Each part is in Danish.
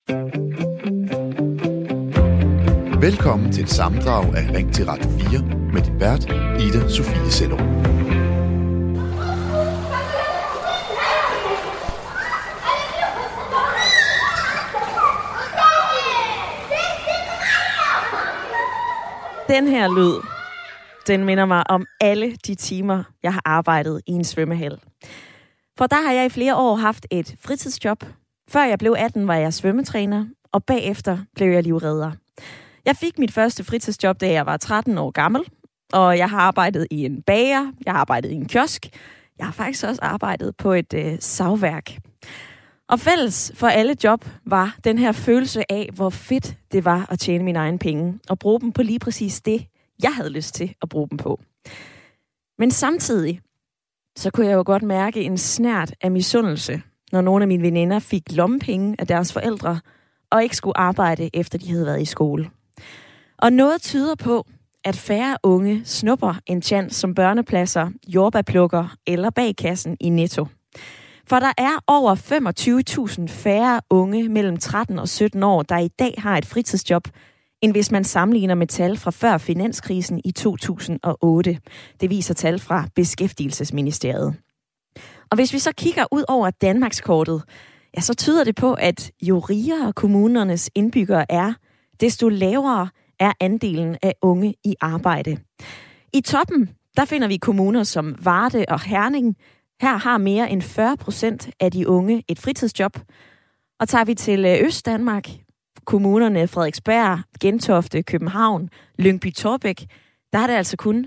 Velkommen til et sammendrag af Ring til Radio 4 med din vært, Ida Sofie Sellerup. Den her lyd, den minder mig om alle de timer, jeg har arbejdet i en svømmehal. For der har jeg i flere år haft et fritidsjob. Før jeg blev 18, var jeg svømmetræner, og bagefter blev jeg livredder. Jeg fik mit første fritidsjob, da jeg var 13 år gammel, og jeg har arbejdet i en bager, jeg har arbejdet i en kiosk, jeg har faktisk også arbejdet på et savværk. Og fælles for alle job var den her følelse af, hvor fedt det var at tjene mine egne penge, og bruge dem på lige præcis det, jeg havde lyst til at bruge dem på. Men samtidig, så kunne jeg jo godt mærke en snert af misundelse, når nogle af mine veninder fik lommepenge af deres forældre, og ikke skulle arbejde, efter de havde været i skole. Og noget tyder på, at færre unge snupper en tjans som børnepladser, jordbærplukker eller bagkassen i Netto. For der er over 25.000 færre unge mellem 13 og 17 år, der i dag har et fritidsjob, end hvis man sammenligner med tal fra før finanskrisen i 2008. Det viser tal fra Beskæftigelsesministeriet. Og hvis vi så kigger ud over Danmarkskortet, ja, så tyder det på, at jo rigere kommunernes indbyggere er, desto lavere er andelen af unge i arbejde. I toppen, der finder vi kommuner som Varde og Herning. Her har mere end 40% af de unge et fritidsjob. Og tager vi til Østdanmark, kommunerne Frederiksberg, Gentofte, København, Lyngby-Taarbæk, der er det altså kun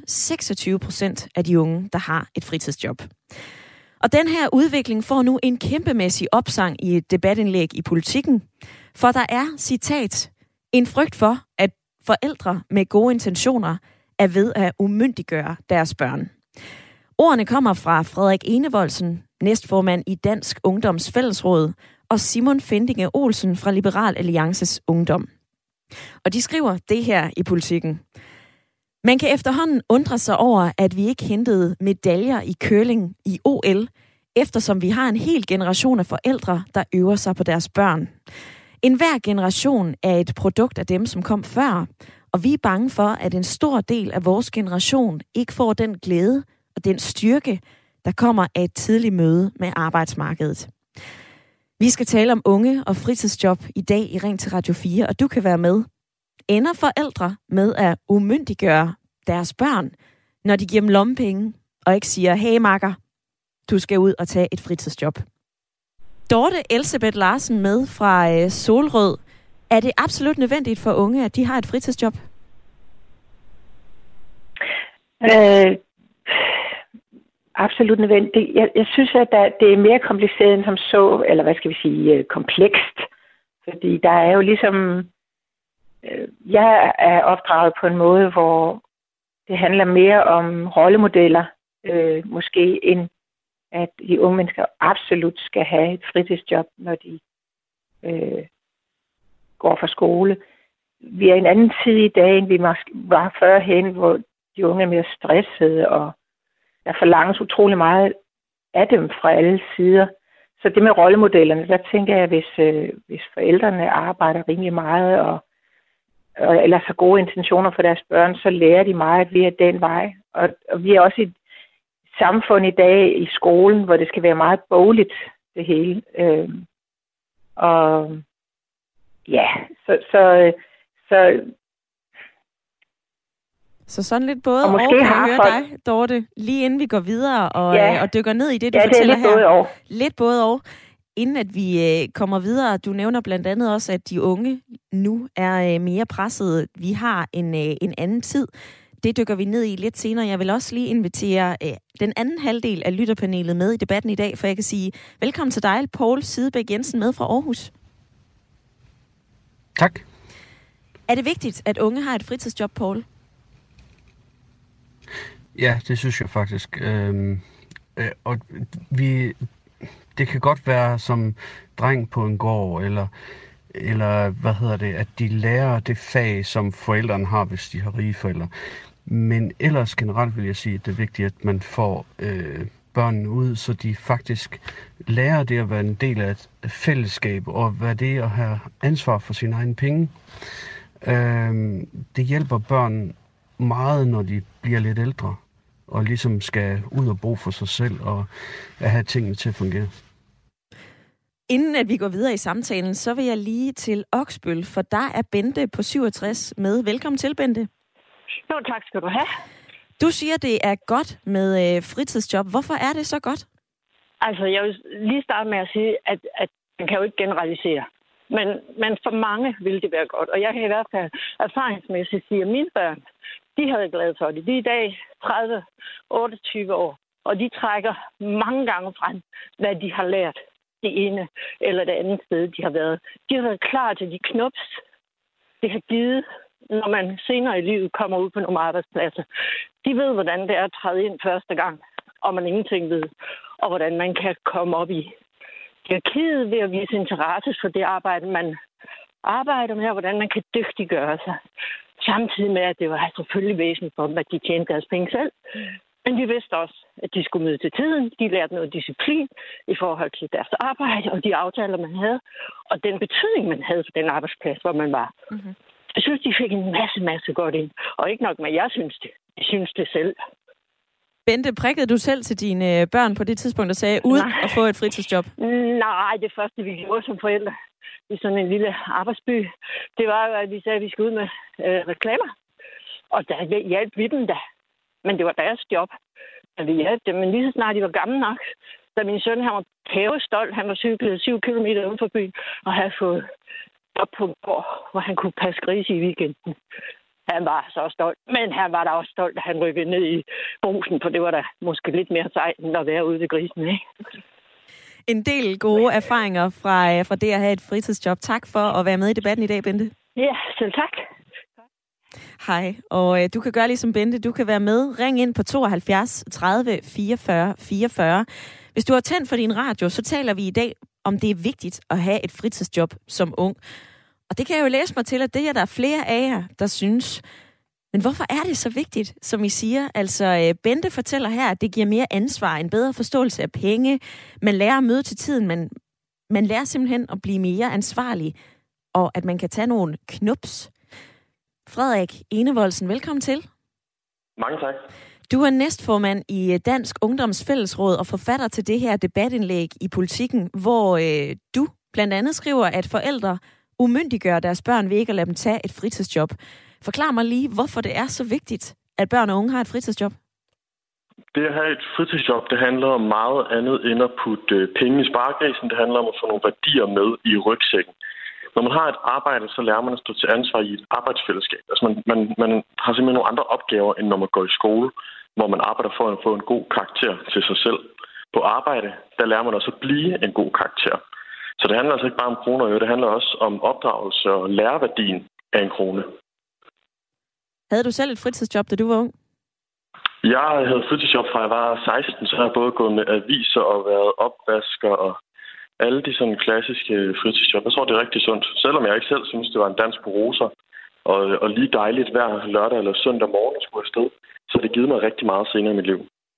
26% af de unge, der har et fritidsjob. Og den her udvikling får nu en kæmpemæssig opsang i et debatindlæg i Politikken, for der er, citat, en frygt for, at forældre med gode intentioner er ved at umyndiggøre deres børn. Ordene kommer fra Frederik Enevoldsen, næstformand i Dansk Ungdoms Fællesråd, og Simon Fendinge Olsen fra Liberal Alliances Ungdom. Og de skriver det her i Politikken. Man kan efterhånden undre sig over, at vi ikke hentede medaljer i curling i OL, eftersom vi har en hel generation af forældre, der øver sig på deres børn. En hver generation er et produkt af dem, som kom før, og vi er bange for, at en stor del af vores generation ikke får den glæde og den styrke, der kommer af et tidligt møde med arbejdsmarkedet. Vi skal tale om unge og fritidsjob i dag i Ring til Radio 4, og du kan være med. Ender forældre med at umyndiggøre deres børn, når de giver dem lommepenge, og ikke siger, hey makker, du skal ud og tage et fritidsjob? Dorte Elsebeth Larsen med fra Solrød. Er det absolut nødvendigt for unge, at de har et fritidsjob? Absolut nødvendigt. Jeg synes, at det er mere kompliceret end som så, eller hvad skal vi sige, komplekst. Fordi der er jo ligesom... Jeg er opdraget på en måde, hvor det handler mere om rollemodeller, måske end at de unge mennesker absolut skal have et fritidsjob, når de går fra skole. Vi er i en anden tid i dag, end vi var førhen, hvor de unge er mere stressede, og der forlanges utrolig meget af dem fra alle sider. Så det med rollemodellerne, der tænker jeg, hvis forældrene arbejder rimelig meget, og ellers har gode intentioner for deres børn, så lærer de meget via den vej. Og vi er også i et samfund i dag i skolen, hvor det skal være meget bogligt, det hele. Og ja, Så sådan lidt både og kan jeg høre dig, Dorte, lige inden vi går videre og dykker ned i det, du fortæller her. Både og. Lidt både og. Inden at vi kommer videre, du nævner blandt andet også, at de unge nu er mere pressede. Vi har en anden tid. Det dykker vi ned i lidt senere. Jeg vil også lige invitere den anden halvdel af lytterpanelet med i debatten i dag, for jeg kan sige velkommen til dig, Poul Sidebæk Jensen med fra Aarhus. Tak. Er det vigtigt, at unge har et fritidsjob, Poul? Ja, det synes jeg faktisk. Og det kan godt være som dreng på en gård, eller at de lærer det fag, som forældrene har, hvis de har rige forældre. Men ellers generelt vil jeg sige, at det er vigtigt, at man får børnene ud, så de faktisk lærer det at være en del af et fællesskab, og hvad det er at have ansvar for sine egne penge. Det hjælper børn meget, når de bliver lidt ældre, og ligesom skal ud og bo for sig selv, og have tingene til at fungere. Inden at vi går videre i samtalen, så vil jeg lige til Oksbøl, for der er Bente på 67 med. Velkommen til, Bente. Jo, tak skal du have. Du siger, det er godt med fritidsjob. Hvorfor er det så godt? Altså, jeg vil lige starte med at sige, at man kan jo ikke generalisere. Men for mange vil det være godt. Og jeg kan i hvert fald erfaringsmæssigt sige, at mine børn, de har været glade for det. De er i dag 30-28 år, og de trækker mange gange frem, hvad de har lært det ene eller det andet sted, de har været. De har været klar til de knups, det har givet, når man senere i livet kommer ud på nogle arbejdspladser. De ved, hvordan det er at træde ind første gang, og man ingenting ved, og hvordan man kan komme op i hierarkiet ved at vise interesse for det arbejde, man arbejder med, og hvordan man kan dygtiggøre sig. Samtidig med, at det var selvfølgelig væsentligt for dem, at de tjente deres penge selv. Men de vidste også, at de skulle møde til tiden. De lærte noget disciplin i forhold til deres arbejde, og de aftaler, man havde, og den betydning, man havde for den arbejdsplads, hvor man var. Mm-hmm. Jeg synes, de fik en masse godt ind. Og ikke nok med, jeg synes det. Jeg synes det selv. Bente, prikkede du selv til dine børn på det tidspunkt, der sagde, ud og få et fritidsjob? Nej, det første, vi gjorde som forældre i sådan en lille arbejdsby, det var jo, at vi sagde, at vi skulle ud med reklamer. Og der hjalp vi dem da. Men det var deres job, at vi hjalp dem. Men lige så snart de var gamle nok, da min søn, han var pævestolt, han var cyklet 7 kilometer uden for byen, og havde fået op på en gård, hvor han kunne passe grise i weekenden. Han var så stolt, men han var da også stolt, at han rykkede ned i brusen, for det var da måske lidt mere sejt, end at være ude ved grisen, ikke? En del gode erfaringer fra det at have et fritidsjob. Tak for at være med i debatten i dag, Bente. Ja, selv tak. Hej, og du kan gøre ligesom Bente. Du kan være med. Ring ind på 72 30 44 44. Hvis du har tændt for din radio, så taler vi i dag om det er vigtigt at have et fritidsjob som ung. Og det kan jeg jo læse mig til, at det er der flere af jer, der synes. Men hvorfor er det så vigtigt, som I siger? Altså, Bente fortæller her, at det giver mere ansvar, en bedre forståelse af penge. Man lærer at møde til tiden, man lærer simpelthen at blive mere ansvarlig, og at man kan tage nogle knups. Frederik Enevoldsen, velkommen til. Mange tak. Du er næstformand i Dansk Ungdoms Fællesråd og forfatter til det her debatindlæg i Politikken, hvor du blandt andet skriver, at forældre umyndiggør deres børn ved ikke at lade dem tage et fritidsjob. Forklar mig lige, hvorfor det er så vigtigt, at børn og unge har et fritidsjob. Det at have et fritidsjob, det handler om meget andet end at putte penge i sparegrisen. Det handler om at få nogle værdier med i rygsækken. Når man har et arbejde, så lærer man at stå til ansvar i et arbejdsfællesskab. Altså man har simpelthen nogle andre opgaver, end når man går i skole, hvor man arbejder for at få en god karakter til sig selv. På arbejde, der lærer man også at blive en god karakter. Så det handler altså ikke bare om kroner og øre, det handler også om opdragelse og læreværdien af en krone. Havde du selv et fritidsjob, da du var ung? Jeg havde fritidsjob fra jeg var 16, så har jeg både gået med aviser og været opvasker og alle de sådan klassiske fritidsjob. Jeg tror, det er rigtig sundt. Selvom jeg ikke selv synes, det var en dans på roser og lige dejligt hver lørdag eller søndag morgen at skulle afsted, så det givet mig rigtig meget senere i mit liv.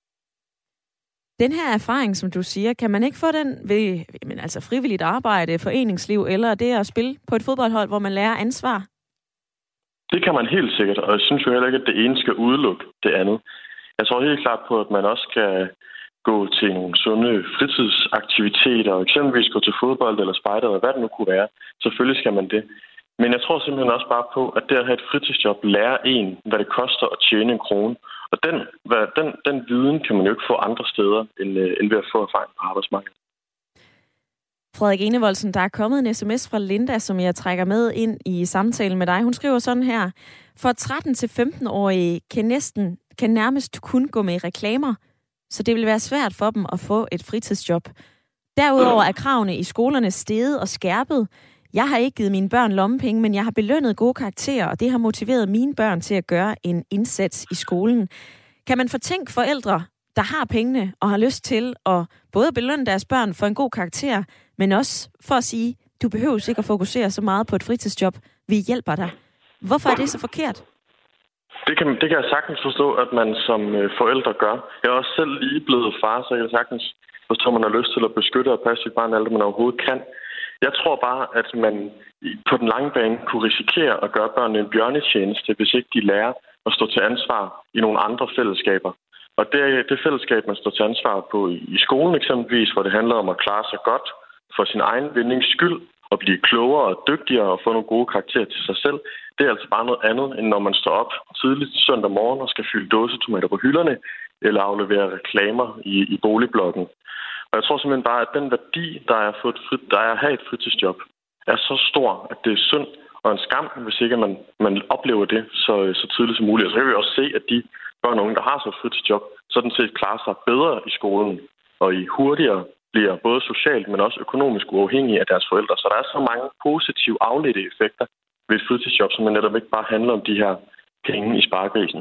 Den her erfaring, som du siger, kan man ikke få den ved frivilligt arbejde, foreningsliv eller det at spille på et fodboldhold, hvor man lærer ansvar? Det kan man helt sikkert, og jeg synes jo heller ikke, at det ene skal udelukke det andet. Jeg tror helt klart på, at man også skal gå til nogle sunde fritidsaktiviteter, eksempelvis gå til fodbold eller spejder, eller hvad det nu kunne være. Selvfølgelig skal man det. Men jeg tror simpelthen også bare på, at det at have et fritidsjob lærer en, hvad det koster at tjene en krone. Og den viden kan man jo ikke få andre steder, end ved at få erfaring på arbejdsmarkedet. Frederik Enevoldsen, der er kommet en sms fra Linda, som jeg trækker med ind i samtalen med dig. Hun skriver sådan her: for 13-15-årige kan nærmest kun gå med reklamer, så det vil være svært for dem at få et fritidsjob. Derudover er kravene i skolerne steget og skærpet. Jeg har ikke givet mine børn lommepenge, men jeg har belønnet gode karakterer, og det har motiveret mine børn til at gøre en indsats i skolen. Kan man fortænke forældre, der har pengene og har lyst til at både belønne deres børn for en god karakter, men også for at sige, du behøver ikke at fokusere så meget på et fritidsjob, vi hjælper dig. Hvorfor er det så forkert? Det kan jeg sagtens forstå, at man som forældre gør. Jeg er også selv lige blevet far, så jeg kan sagtens forstå, at man har lyst til at beskytte og passe sit barn alt, man overhovedet kan. Jeg tror bare, at man på den lange bane kunne risikere at gøre børnene en bjørnetjeneste, hvis ikke de lærer at stå til ansvar i nogle andre fællesskaber. Og det fællesskab, man står til ansvar på i skolen eksempelvis, hvor det handler om at klare sig godt for sin egen vindings skyld, og blive klogere og dygtigere og få nogle gode karakterer til sig selv, det er altså bare noget andet, end når man står op tidligt søndag morgen og skal fylde dåsetomater på hylderne, eller aflevere reklamer i boligblokken. Og jeg tror simpelthen bare, at den værdi, der er at have et fritidsjob, er så stor, at det er synd og en skam, hvis ikke man oplever det så tidligt som muligt. Og så kan vi også se, at de børn og unge, der har så et fritidsjob, sådan set klarer sig bedre i skolen og i hurtigere bliver både socialt, men også økonomisk uafhængige af deres forældre. Så der er så mange positive afledte effekter ved et fritidsjob, som netop ikke bare handler om de her penge i sparegrisen.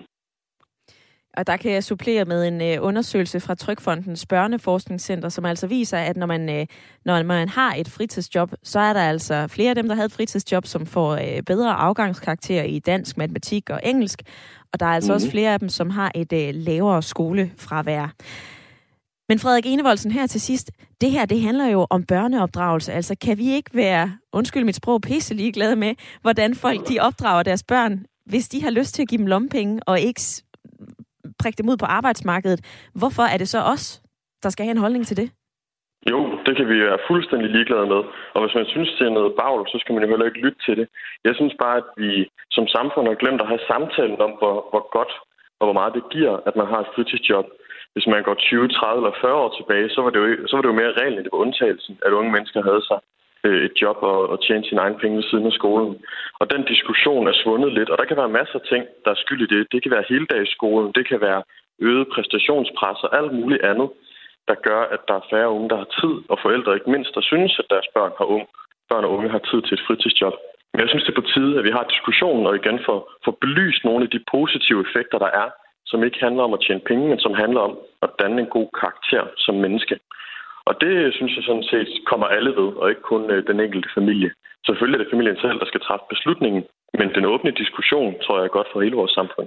Og der kan jeg supplere med en undersøgelse fra Trygfondens Børneforskningscenter, som altså viser, at når man har et fritidsjob, så er der altså flere af dem, der havde et fritidsjob, som får bedre afgangskarakterer i dansk, matematik og engelsk. Og der er altså også flere af dem, som har et lavere skolefravær. Men Frederik Enevoldsen, her til sidst, det handler jo om børneopdragelse. Altså kan vi ikke være, undskyld mit sprog, pisse ligeglade med, hvordan folk de opdrager deres børn, hvis de har lyst til at give dem lommepenge og ikke prikke dem ud på arbejdsmarkedet. Hvorfor er det så os, der skal have en holdning til det? Jo, det kan vi være fuldstændig ligeglade med. Og hvis man synes, det er noget bagl, så skal man jo heller ikke lytte til det. Jeg synes bare, at vi som samfund har glemt at have samtalen om, hvor godt og hvor meget det giver, at man har et fritidsjob. Hvis man går 20, 30 eller 40 år tilbage, så var det jo mere reglen, det var undtagelsen, at unge mennesker havde sig et job og tjene sine egne penge ved siden af skolen. Og den diskussion er svundet lidt, og der kan være masser af ting, der er skyld i det. Det kan være heldagsskolen, det kan være øget præstationspres og alt muligt andet, der gør, at der er færre unge, der har tid, og forældre ikke mindst, der synes, at deres børn og unge har tid til et fritidsjob. Men jeg synes, det er på tide, at vi har diskussionen og igen får belyst nogle af de positive effekter, der er, som ikke handler om at tjene penge, men som handler om at danne en god karakter som menneske. Og det synes jeg sådan set kommer alle ved, og ikke kun den enkelte familie. Selvfølgelig er det familien selv, der skal træffe beslutningen, men den åbne diskussion, tror jeg, er godt for hele vores samfund.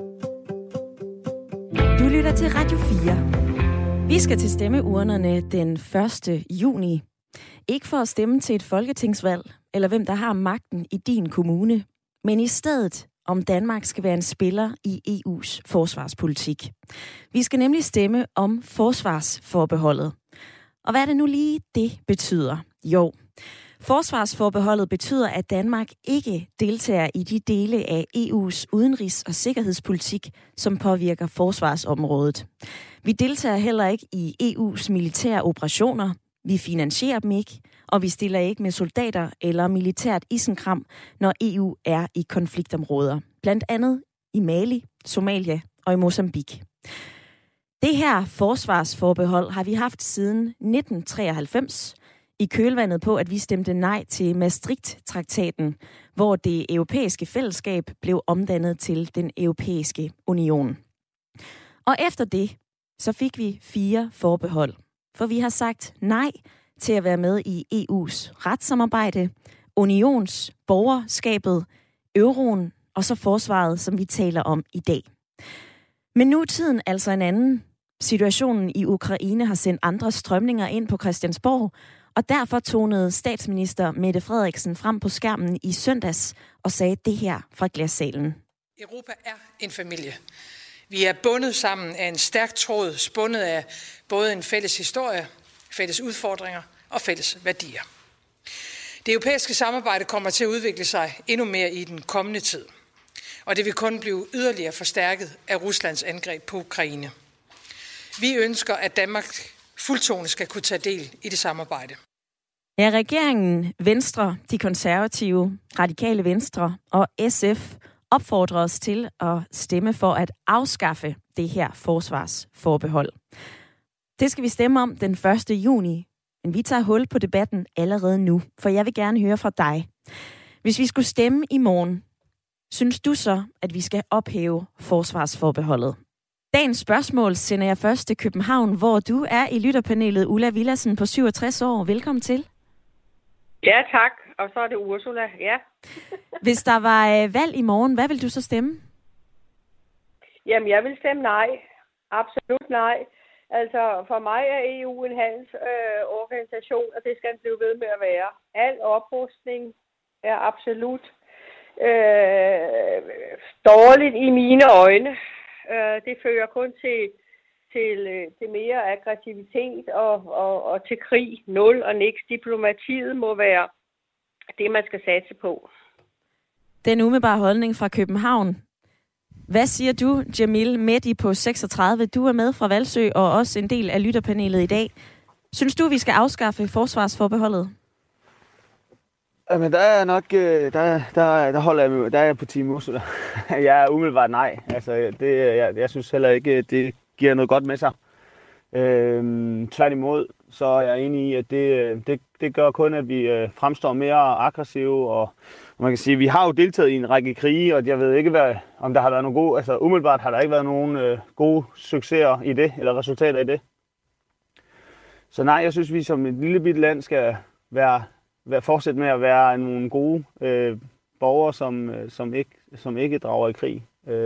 Du lytter til Radio 4. Vi skal til stemmeurnerne den 1. juni. Ikke for at stemme til et folketingsvalg, eller hvem der har magten i din kommune, men i stedet om Danmark skal være en spiller i EU's forsvarspolitik. Vi skal nemlig stemme om forsvarsforbeholdet. Og hvad er det nu lige, det betyder? Jo, forsvarsforbeholdet betyder, at Danmark ikke deltager i de dele af EU's udenrigs- og sikkerhedspolitik, som påvirker forsvarsområdet. Vi deltager heller ikke i EU's militære operationer. Vi finansierer dem ikke, og vi stiller ikke med soldater eller militært isenkram, når EU er i konfliktområder. Blandt andet i Mali, Somalia og i Mozambique. Det her forsvarsforbehold har vi haft siden 1993 i kølvandet på, at vi stemte nej til Maastricht-traktaten, hvor det europæiske fællesskab blev omdannet til den europæiske union. Og efter det, så fik vi 4 forbehold. For vi har sagt nej til at være med i EU's retssamarbejde, unionsborgerskabet, euroen og så forsvaret, som vi taler om i dag. Men nu er tiden altså en anden. Situationen i Ukraine har sendt andre strømninger ind på Christiansborg, og derfor tonede statsminister Mette Frederiksen frem på skærmen i søndags og sagde det her fra Glassalen. Europa er en familie. Vi er bundet sammen af en stærk tråd, spundet af både en fælles historie, fælles udfordringer og fælles værdier. Det europæiske samarbejde kommer til at udvikle sig endnu mere i den kommende tid, og det vil kun blive yderligere forstærket af Ruslands angreb på Ukraine. Vi ønsker, at Danmark fuldtonet skal kunne tage del i det samarbejde. Ja, regeringen, Venstre, de konservative, Radikale Venstre og SF opfordrer os til at stemme for at afskaffe det her forsvarsforbehold. Det skal vi stemme om den 1. juni, men vi tager hul på debatten allerede nu, for jeg vil gerne høre fra dig. Hvis vi skulle stemme i morgen, synes du så, at vi skal ophæve forsvarsforbeholdet? Dagens spørgsmål sender jeg først til København, hvor du er i lytterpanelet. Ulla Villadsen på 67 år. Velkommen til. Ja, tak. Og så er det Ursula, ja. Hvis der var valg i morgen, hvad vil du så stemme? Jamen, jeg vil stemme nej. Absolut nej. Altså, for mig er EU en handelsorganisation, og det skal den blive ved med at være. Al oprustning er absolut dårligt i mine øjne. Det fører kun til mere aggressivitet og til krig. Nul og niks. Diplomatiet må være det, man skal satse på. Den umiddelbare holdning fra København. Hvad siger du, Jamil Mehdi på 36? Du er med fra Hvalsø og også en del af lytterpanelet i dag. Synes du, vi skal afskaffe forsvarsforbeholdet? Men der er nok, der holder jeg, der er jeg på Team Musse. Jeg er umiddelbart nej. Altså, jeg synes heller ikke, det giver noget godt med sig. Tværtimod, så er jeg enig i, at det gør kun, at vi fremstår mere aggressive, og man kan sige, at vi har jo deltaget i en række krige, og jeg ved ikke, om der har været nogle gode, altså umiddelbart har der ikke været nogen gode succeser i det, eller resultater i det. Så nej, jeg synes, vi som et lille bitte land skal fortsætte med at være nogle gode borgere, som ikke drager i krig.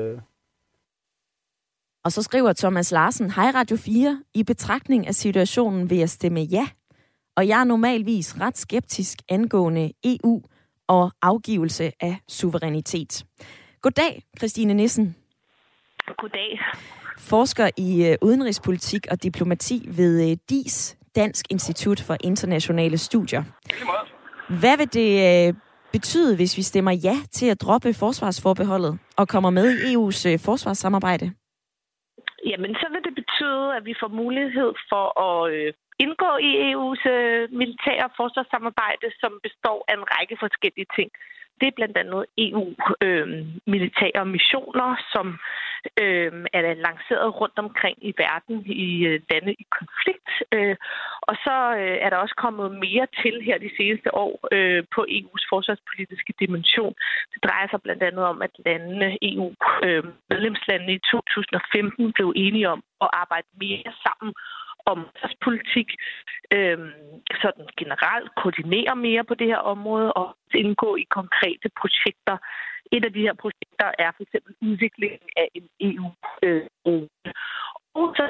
Og så skriver Thomas Larsen, hej Radio 4, i betragtning af situationen vil jeg stemme ja. Og jeg er normalvis ret skeptisk angående EU og afgivelse af suverænitet. Goddag, Christine Nissen. Goddag. Forsker i udenrigspolitik og diplomati ved DIS, Dansk Institut for Internationale Studier. Hvad vil det betyde, hvis vi stemmer ja til at droppe forsvarsforbeholdet og kommer med i EU's forsvarssamarbejde? Jamen, så vil det betyde, at vi får mulighed for at indgå i EU's militære forsvarssamarbejde, som består af en række forskellige ting. Det er blandt andet EU-militære missioner, som er lanceret rundt omkring i verden i lande i konflikt. Og så er der også kommet mere til her de seneste år på EU's forsvarspolitiske dimension. Det drejer sig blandt andet om, at medlemslandene i 2015 blev enige om at arbejde mere sammen om forsvarspolitik, sådan generelt koordinere mere på det her område og indgå i konkrete projekter. Et af de her projekter er for eksempel udviklingen af en EU-drone. Og så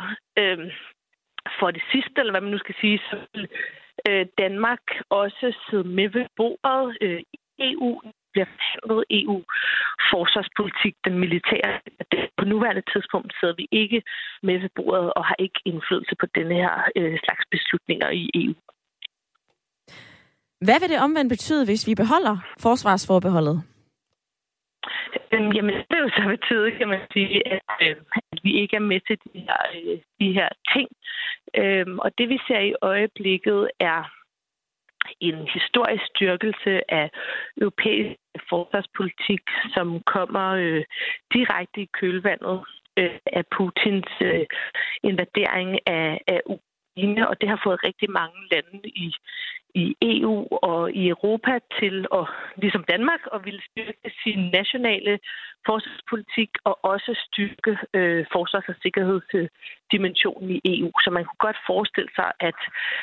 for det sidste, eller hvad man nu skal sige, så vil Danmark også sidde med ved bordet i EU. Bliver forhandlet EU-forsvarspolitik, den militære. På nuværende tidspunkt sidder vi ikke med ved bordet og har ikke indflydelse på denne her slags beslutninger i EU. Hvad vil det omvendt betyde, hvis vi beholder forsvarsforbeholdet? Jamen, det vil jo så betyde, kan man sige, at vi ikke er med til de her ting. Og det vi ser i øjeblikket er en historisk styrkelse af europæisk forsvarspolitik, som kommer direkte i kølvandet af Putins invadering af Ukraine, og det har fået rigtig mange lande i EU og i Europa til at, ligesom Danmark, og ville styrke sin nationale forsvarspolitik og også styrke forsvars- og sikkerhedsdimensionen i EU. Så man kunne godt forestille sig, at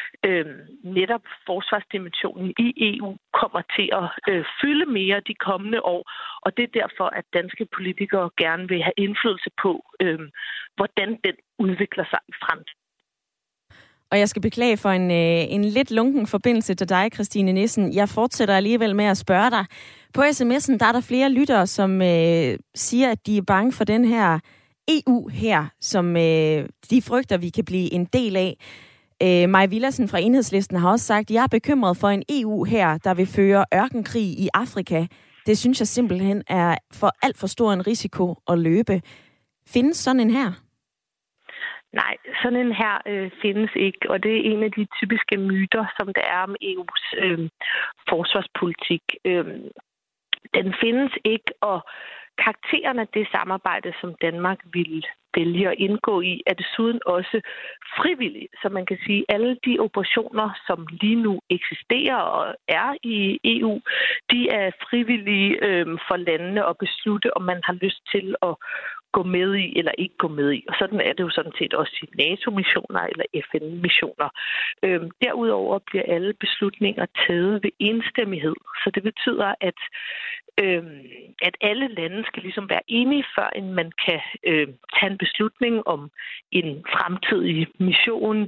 netop forsvarsdimensionen i EU kommer til at fylde mere de kommende år, og det er derfor, at danske politikere gerne vil have indflydelse på, hvordan den udvikler sig i fremtiden. Og jeg skal beklage for en lidt lunken forbindelse til dig, Christine Nissen. Jeg fortsætter alligevel med at spørge dig. På sms'en der er der flere lyttere, som siger, at de er bange for den her EU her, som de frygter, vi kan blive en del af. Maja Villadsen fra Enhedslisten har også sagt, at jeg er bekymret for en EU her, der vil føre ørkenkrig i Afrika. Det synes jeg simpelthen er for alt for stor en risiko at løbe. Findes sådan en her? Nej, sådan en her findes ikke, og det er en af de typiske myter, som der er om EU's forsvarspolitik. Den findes ikke, og karakteren af det samarbejde, som Danmark ville vælge at indgå i, er desuden også frivillig. Så man kan sige, at alle de operationer, som lige nu eksisterer og er i EU, de er frivillige for landene at beslutte, om man har lyst til at gå med i eller ikke gå med i. Og sådan er det jo sådan set også i NATO-missioner eller FN-missioner. Derudover bliver alle beslutninger taget ved enstemmighed. Så det betyder, at at alle lande skal ligesom være enige, før end man kan tage en beslutning om en fremtidig mission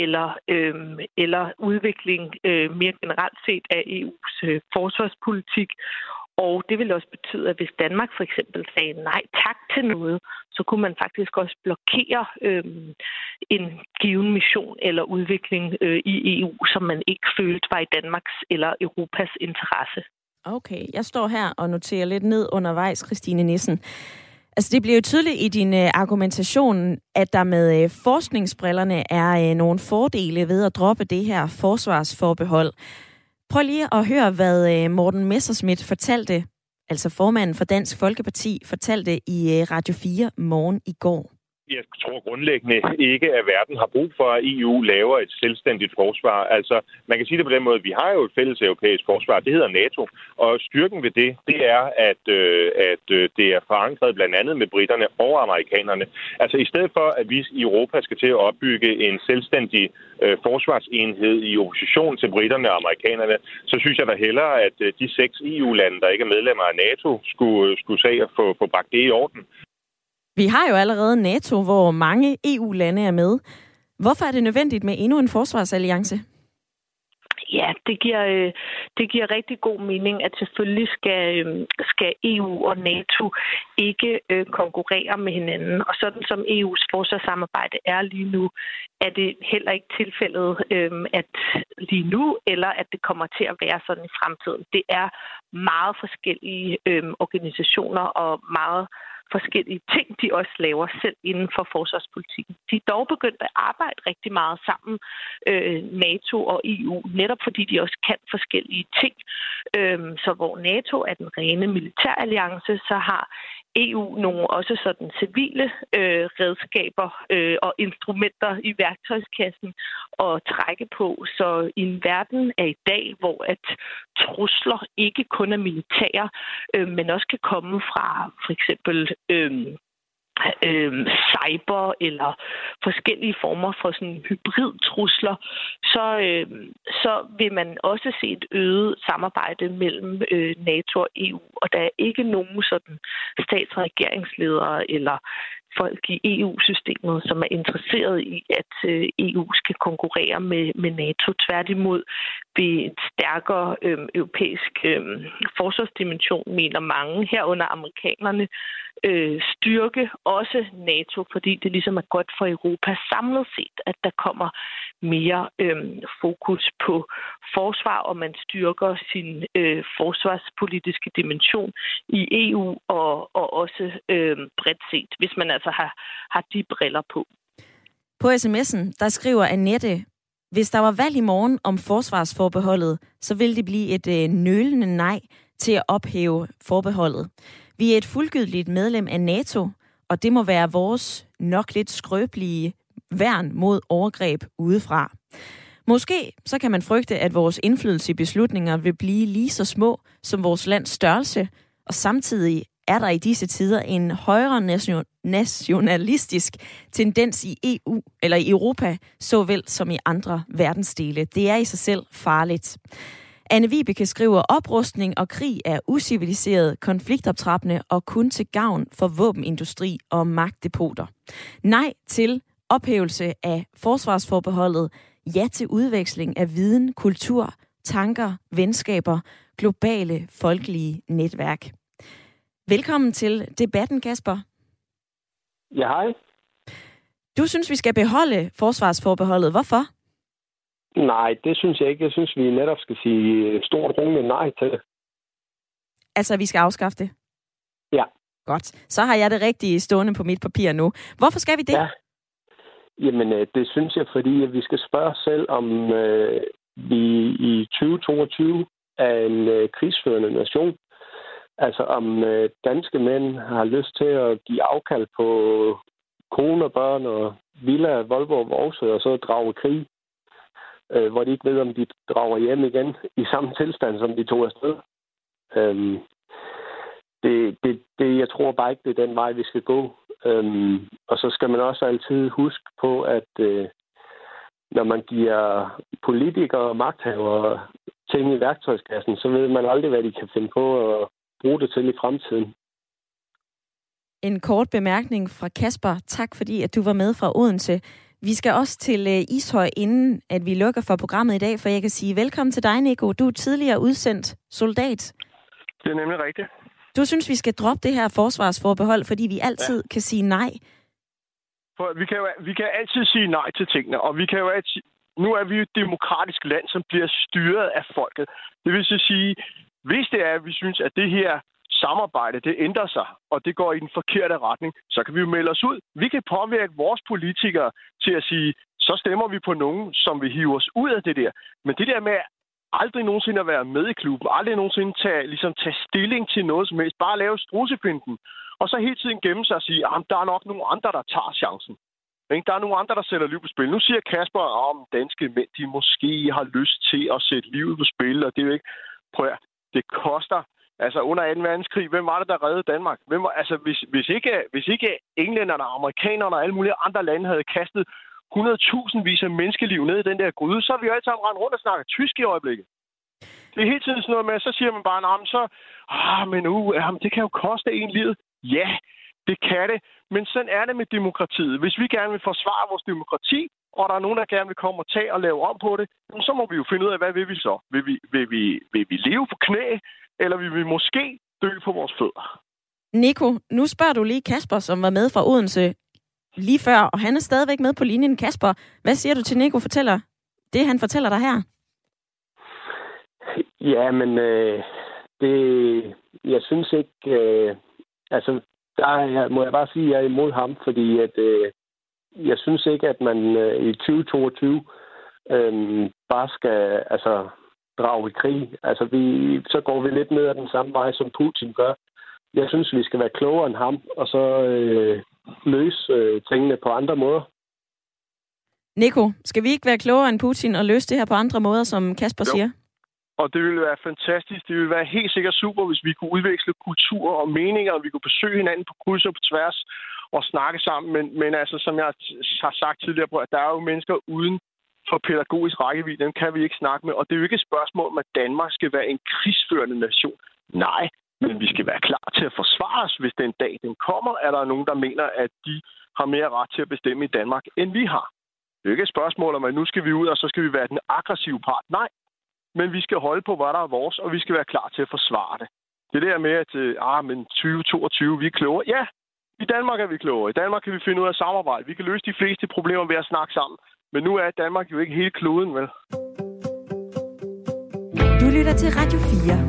eller udvikling mere generelt set af EU's forsvarspolitik. Og det vil også betyde, at hvis Danmark for eksempel sagde nej tak til noget, så kunne man faktisk også blokere en given mission eller udvikling i EU, som man ikke følte var i Danmarks eller Europas interesse. Okay, jeg står her og noterer lidt ned undervejs, Christine Nissen. Altså, det bliver jo tydeligt i din argumentation, at der med forskningsbrillerne er nogle fordele ved at droppe det her forsvarsforbehold. Prøv lige at høre, hvad Morten Messerschmidt fortalte, altså formanden for Dansk Folkeparti, fortalte i Radio 4 morgen i går. Jeg tror grundlæggende ikke, at verden har brug for, at EU laver et selvstændigt forsvar. Altså, man kan sige det på den måde, at vi har jo et fælles europæisk forsvar, det hedder NATO. Og styrken ved det er, at det er forankret blandt andet med britterne og amerikanerne. Altså, i stedet for, at vi i Europa skal til at opbygge en selvstændig forsvarsenhed i opposition til britterne og amerikanerne, så synes jeg da hellere, at de 6 EU-lande, der ikke er medlemmer af NATO, skulle se at få bragt det i orden. Vi har jo allerede NATO, hvor mange EU-lande er med. Hvorfor er det nødvendigt med endnu en forsvarsalliance? Ja, det giver rigtig god mening, at selvfølgelig skal EU og NATO ikke konkurrere med hinanden. Og sådan som EU's forsvarssamarbejde er lige nu, er det heller ikke tilfældet, at lige nu, eller at det kommer til at være sådan i fremtiden. Det er meget forskellige organisationer og meget forskellige ting, de også laver selv inden for forsvarspolitikken. De er dog begyndt at arbejde rigtig meget sammen, NATO og EU, netop fordi de også kan forskellige ting. Så hvor NATO er den rene militæralliance, så har EU nogle også sådan civile redskaber og instrumenter i værktøjskassen at trække på. Så i en verden af i dag, hvor at trusler ikke kun er militære, men også kan komme fra for eksempel cyber eller forskellige former for sådan hybridtrusler, så vil man også se et øget samarbejde mellem NATO og EU, og der er ikke nogen sådan stats- og regeringsledere eller folk i EU-systemet, som er interesseret i, at EU skal konkurrere med NATO. Tværtimod ved et stærkere europæisk forsvarsdimension, mener mange, herunder amerikanerne, styrke også NATO, fordi det ligesom er godt for Europa samlet set, at der kommer mere fokus på forsvar, og man styrker sin forsvarspolitiske dimension i EU og også bredt set, hvis man altså har de briller på. På sms'en, der skriver Annette, hvis der var valg i morgen om forsvarsforbeholdet, så ville det blive et nølende nej til at ophæve forbeholdet. Vi er et fuldgyldigt medlem af NATO, og det må være vores nok lidt skrøbelige værn mod overgreb udefra. Måske så kan man frygte, at vores indflydelse i beslutninger vil blive lige så små som vores lands størrelse, og samtidig er der i disse tider en højere nationalistisk tendens i EU eller i Europa, såvel som i andre verdensdele. Det er i sig selv farligt. Anne Vibeke skriver, oprustning og krig er uciviliseret, konfliktoptrappende og kun til gavn for våbenindustri og magtdepoter. Nej til ophævelse af forsvarsforbeholdet. Ja til udveksling af viden, kultur, tanker, venskaber, globale folkelige netværk. Velkommen til debatten, Kasper. Ja, hej. Du synes, vi skal beholde forsvarsforbeholdet. Hvorfor? Nej, det synes jeg ikke. Jeg synes, vi netop skal sige stort rungende nej til det. Altså, vi skal afskaffe det? Ja. Godt. Så har jeg det rigtige stående på mit papir nu. Hvorfor skal vi det? Ja. Jamen, det synes jeg, fordi vi skal spørge os selv, om vi i 2022 er en krigsførende nation. Altså, om danske mænd har lyst til at give afkald på kone, børn og villa, Volvo og Vorse, og så drage krig, hvor de ikke ved, om de drager hjem igen i samme tilstand, som de tog afsted. Jeg tror bare ikke, det er den vej, vi skal gå. Og så skal man også altid huske på, at når man giver politikere og magthavere ting i værktøjskassen, så ved man aldrig, hvad de kan finde på bruge det til i fremtiden. En kort bemærkning fra Kasper. Tak fordi, at du var med fra Odense. Vi skal også til Ishøj, inden at vi lukker for programmet i dag, for jeg kan sige velkommen til dig, Nico. Du er tidligere udsendt soldat. Det er nemlig rigtigt. Du synes, vi skal droppe det her forsvarsforbehold, fordi vi altid kan sige nej? For vi kan altid sige nej til tingene, og vi kan jo altid... Nu er vi jo et demokratisk land, som bliver styret af folket. Det vil sige, hvis det er, at vi synes, at det her samarbejde, det ændrer sig, og det går i den forkerte retning, så kan vi jo melde os ud. Vi kan påvirke vores politikere til at sige, så stemmer vi på nogen, som vil hive os ud af det der. Men det der med aldrig nogensinde at være med i klubben, aldrig nogensinde tage stilling til noget som helst, bare lave strudsefinden, og så hele tiden gemme sig og sige, at der er nok nogle andre, der tager chancen. Der er nogle andre, der sætter liv på spil. Nu siger Kasper, om danske mænd, de måske har lyst til at sætte livet på spil, og det er jo ikke... Prøv at, det koster... Altså under 2. verdenskrig, hvem var det, der reddede Danmark? Hvis ikke englænderne, amerikanerne og alle mulige andre lande havde kastet 100.000 af menneskeliv ned i den der gryde, så har vi jo alle sammen rendt rundt og snakket tysk i øjeblikket. Det er hele tiden sådan noget med, så siger man bare, det kan jo koste en livet. Ja, det kan det. Men sådan er det med demokratiet. Hvis vi gerne vil forsvare vores demokrati, og der er nogen, der gerne vil komme og tage og lave om på det, så må vi jo finde ud af, hvad vil vi så? Vil vi leve på knæ, eller vil vi måske dø på vores fødder? Nico, nu spørger du lige Kasper, som var med fra Odense lige før, og han er stadigvæk med på linjen. Kasper, hvad siger du til Nico fortæller det, han fortæller dig her? Ja, men jeg synes ikke... der må jeg bare sige, at jeg er imod ham, fordi at, jeg synes ikke, at man i 2022 bare skal drage i krig. Så går vi lidt ned ad den samme vej, som Putin gør. Jeg synes, vi skal være klogere end ham, og så løse tingene på andre måder. Nico, skal vi ikke være klogere end Putin og løse det her på andre måder, som Kasper siger? Og det ville være fantastisk. Det ville være helt sikkert super, hvis vi kunne udveksle kultur og meninger, og vi kunne besøge hinanden på kryds og på tværs og snakke sammen. Men som jeg har sagt tidligere, der er jo mennesker uden for pædagogisk rækkevidde. Dem kan vi ikke snakke med. Og det er jo ikke et spørgsmål om, at Danmark skal være en krigsførende nation. Nej, men vi skal være klar til at forsvare os, hvis den dag den kommer. Er der nogen, der mener, at de har mere ret til at bestemme i Danmark, end vi har? Det er jo ikke et spørgsmål om, at nu skal vi ud, og så skal vi være den aggressive part. Nej. Men vi skal holde på, hvad der er vores, og vi skal være klar til at forsvare det. Det der med, at 2022, vi er klogere. Ja, i Danmark er vi klogere. I Danmark kan vi finde ud af samarbejde. Vi kan løse de fleste problemer ved at snakke sammen. Men nu er Danmark jo ikke hele kloden, vel? Du lytter til Radio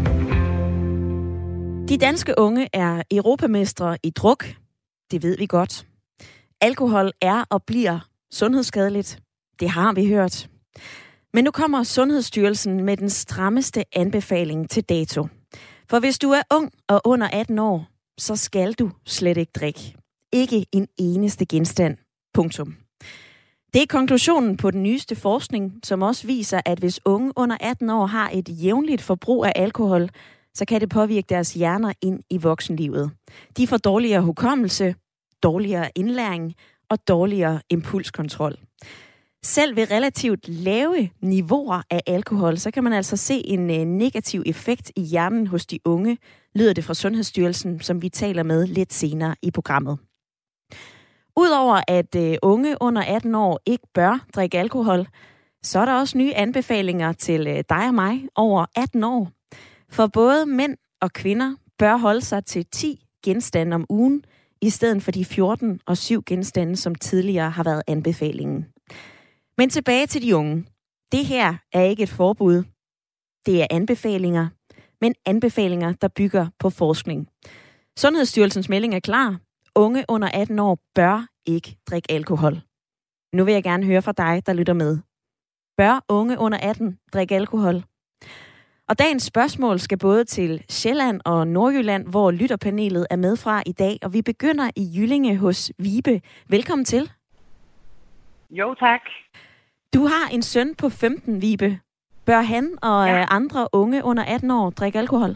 4. De danske unge er europamestre i druk. Det ved vi godt. Alkohol er og bliver sundhedsskadeligt. Det har vi hørt. Men nu kommer Sundhedsstyrelsen med den strammeste anbefaling til dato. For hvis du er ung og under 18 år, så skal du slet ikke drikke. Ikke en eneste genstand. Punktum. Det er konklusionen på den nyeste forskning, som også viser, at hvis unge under 18 år har et jævnligt forbrug af alkohol, så kan det påvirke deres hjerner ind i voksenlivet. De får dårligere hukommelse, dårligere indlæring og dårligere impulskontrol. Selv ved relativt lave niveauer af alkohol, så kan man altså se en negativ effekt i hjernen hos de unge, lyder det fra Sundhedsstyrelsen, som vi taler med lidt senere i programmet. Udover at unge under 18 år ikke bør drikke alkohol, så er der også nye anbefalinger til dig og mig over 18 år. For både mænd og kvinder bør holde sig til 10 genstande om ugen, i stedet for de 14 og 7 genstande, som tidligere har været anbefalingen. Men tilbage til de unge. Det her er ikke et forbud. Det er anbefalinger, men anbefalinger, der bygger på forskning. Sundhedsstyrelsens melding er klar. Unge under 18 år bør ikke drikke alkohol. Nu vil jeg gerne høre fra dig, der lytter med. Bør unge under 18 drikke alkohol? Og dagens spørgsmål skal både til Sjælland og Nordjylland, hvor lytterpanelet er med fra i dag. Og vi begynder i Jyllinge hos Vibe. Velkommen til. Jo, tak. Du har en søn på 15, Vibe. Bør han og andre unge under 18 år drikke alkohol?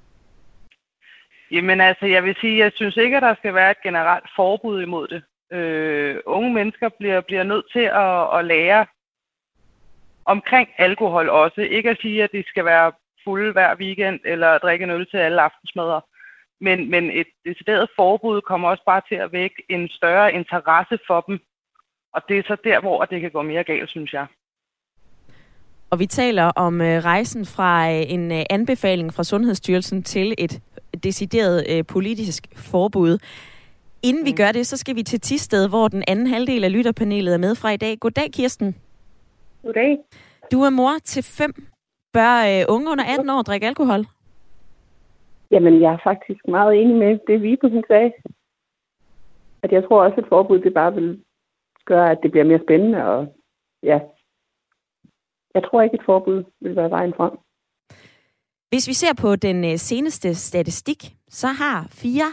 Jamen jeg vil sige, jeg synes ikke, at der skal være et generelt forbud imod det. Unge mennesker bliver nødt til at lære omkring alkohol også. Ikke at sige, at det skal være fulde hver weekend, eller drikke en øl til alle aftensmadder. Men et decideret forbud kommer også bare til at vække en større interesse for dem. Og det er så der, hvor det kan gå mere galt, synes jeg. Og vi taler om rejsen fra en anbefaling fra Sundhedsstyrelsen til et decideret politisk forbud. Inden vi gør det, så skal vi til Thisted, hvor den anden halvdel af lytterpanelet er med fra i dag. Goddag, Kirsten. Goddag. Du er mor til 5. Bør unge under 18 år drikke alkohol? Jamen, jeg er faktisk meget enig med det, Vibeke sagde. At jeg tror også, at et forbud det bare vil gøre, at det bliver mere spændende. Og ja, jeg tror ikke, et forbud vil være vejen frem. Hvis vi ser på den seneste statistik, så har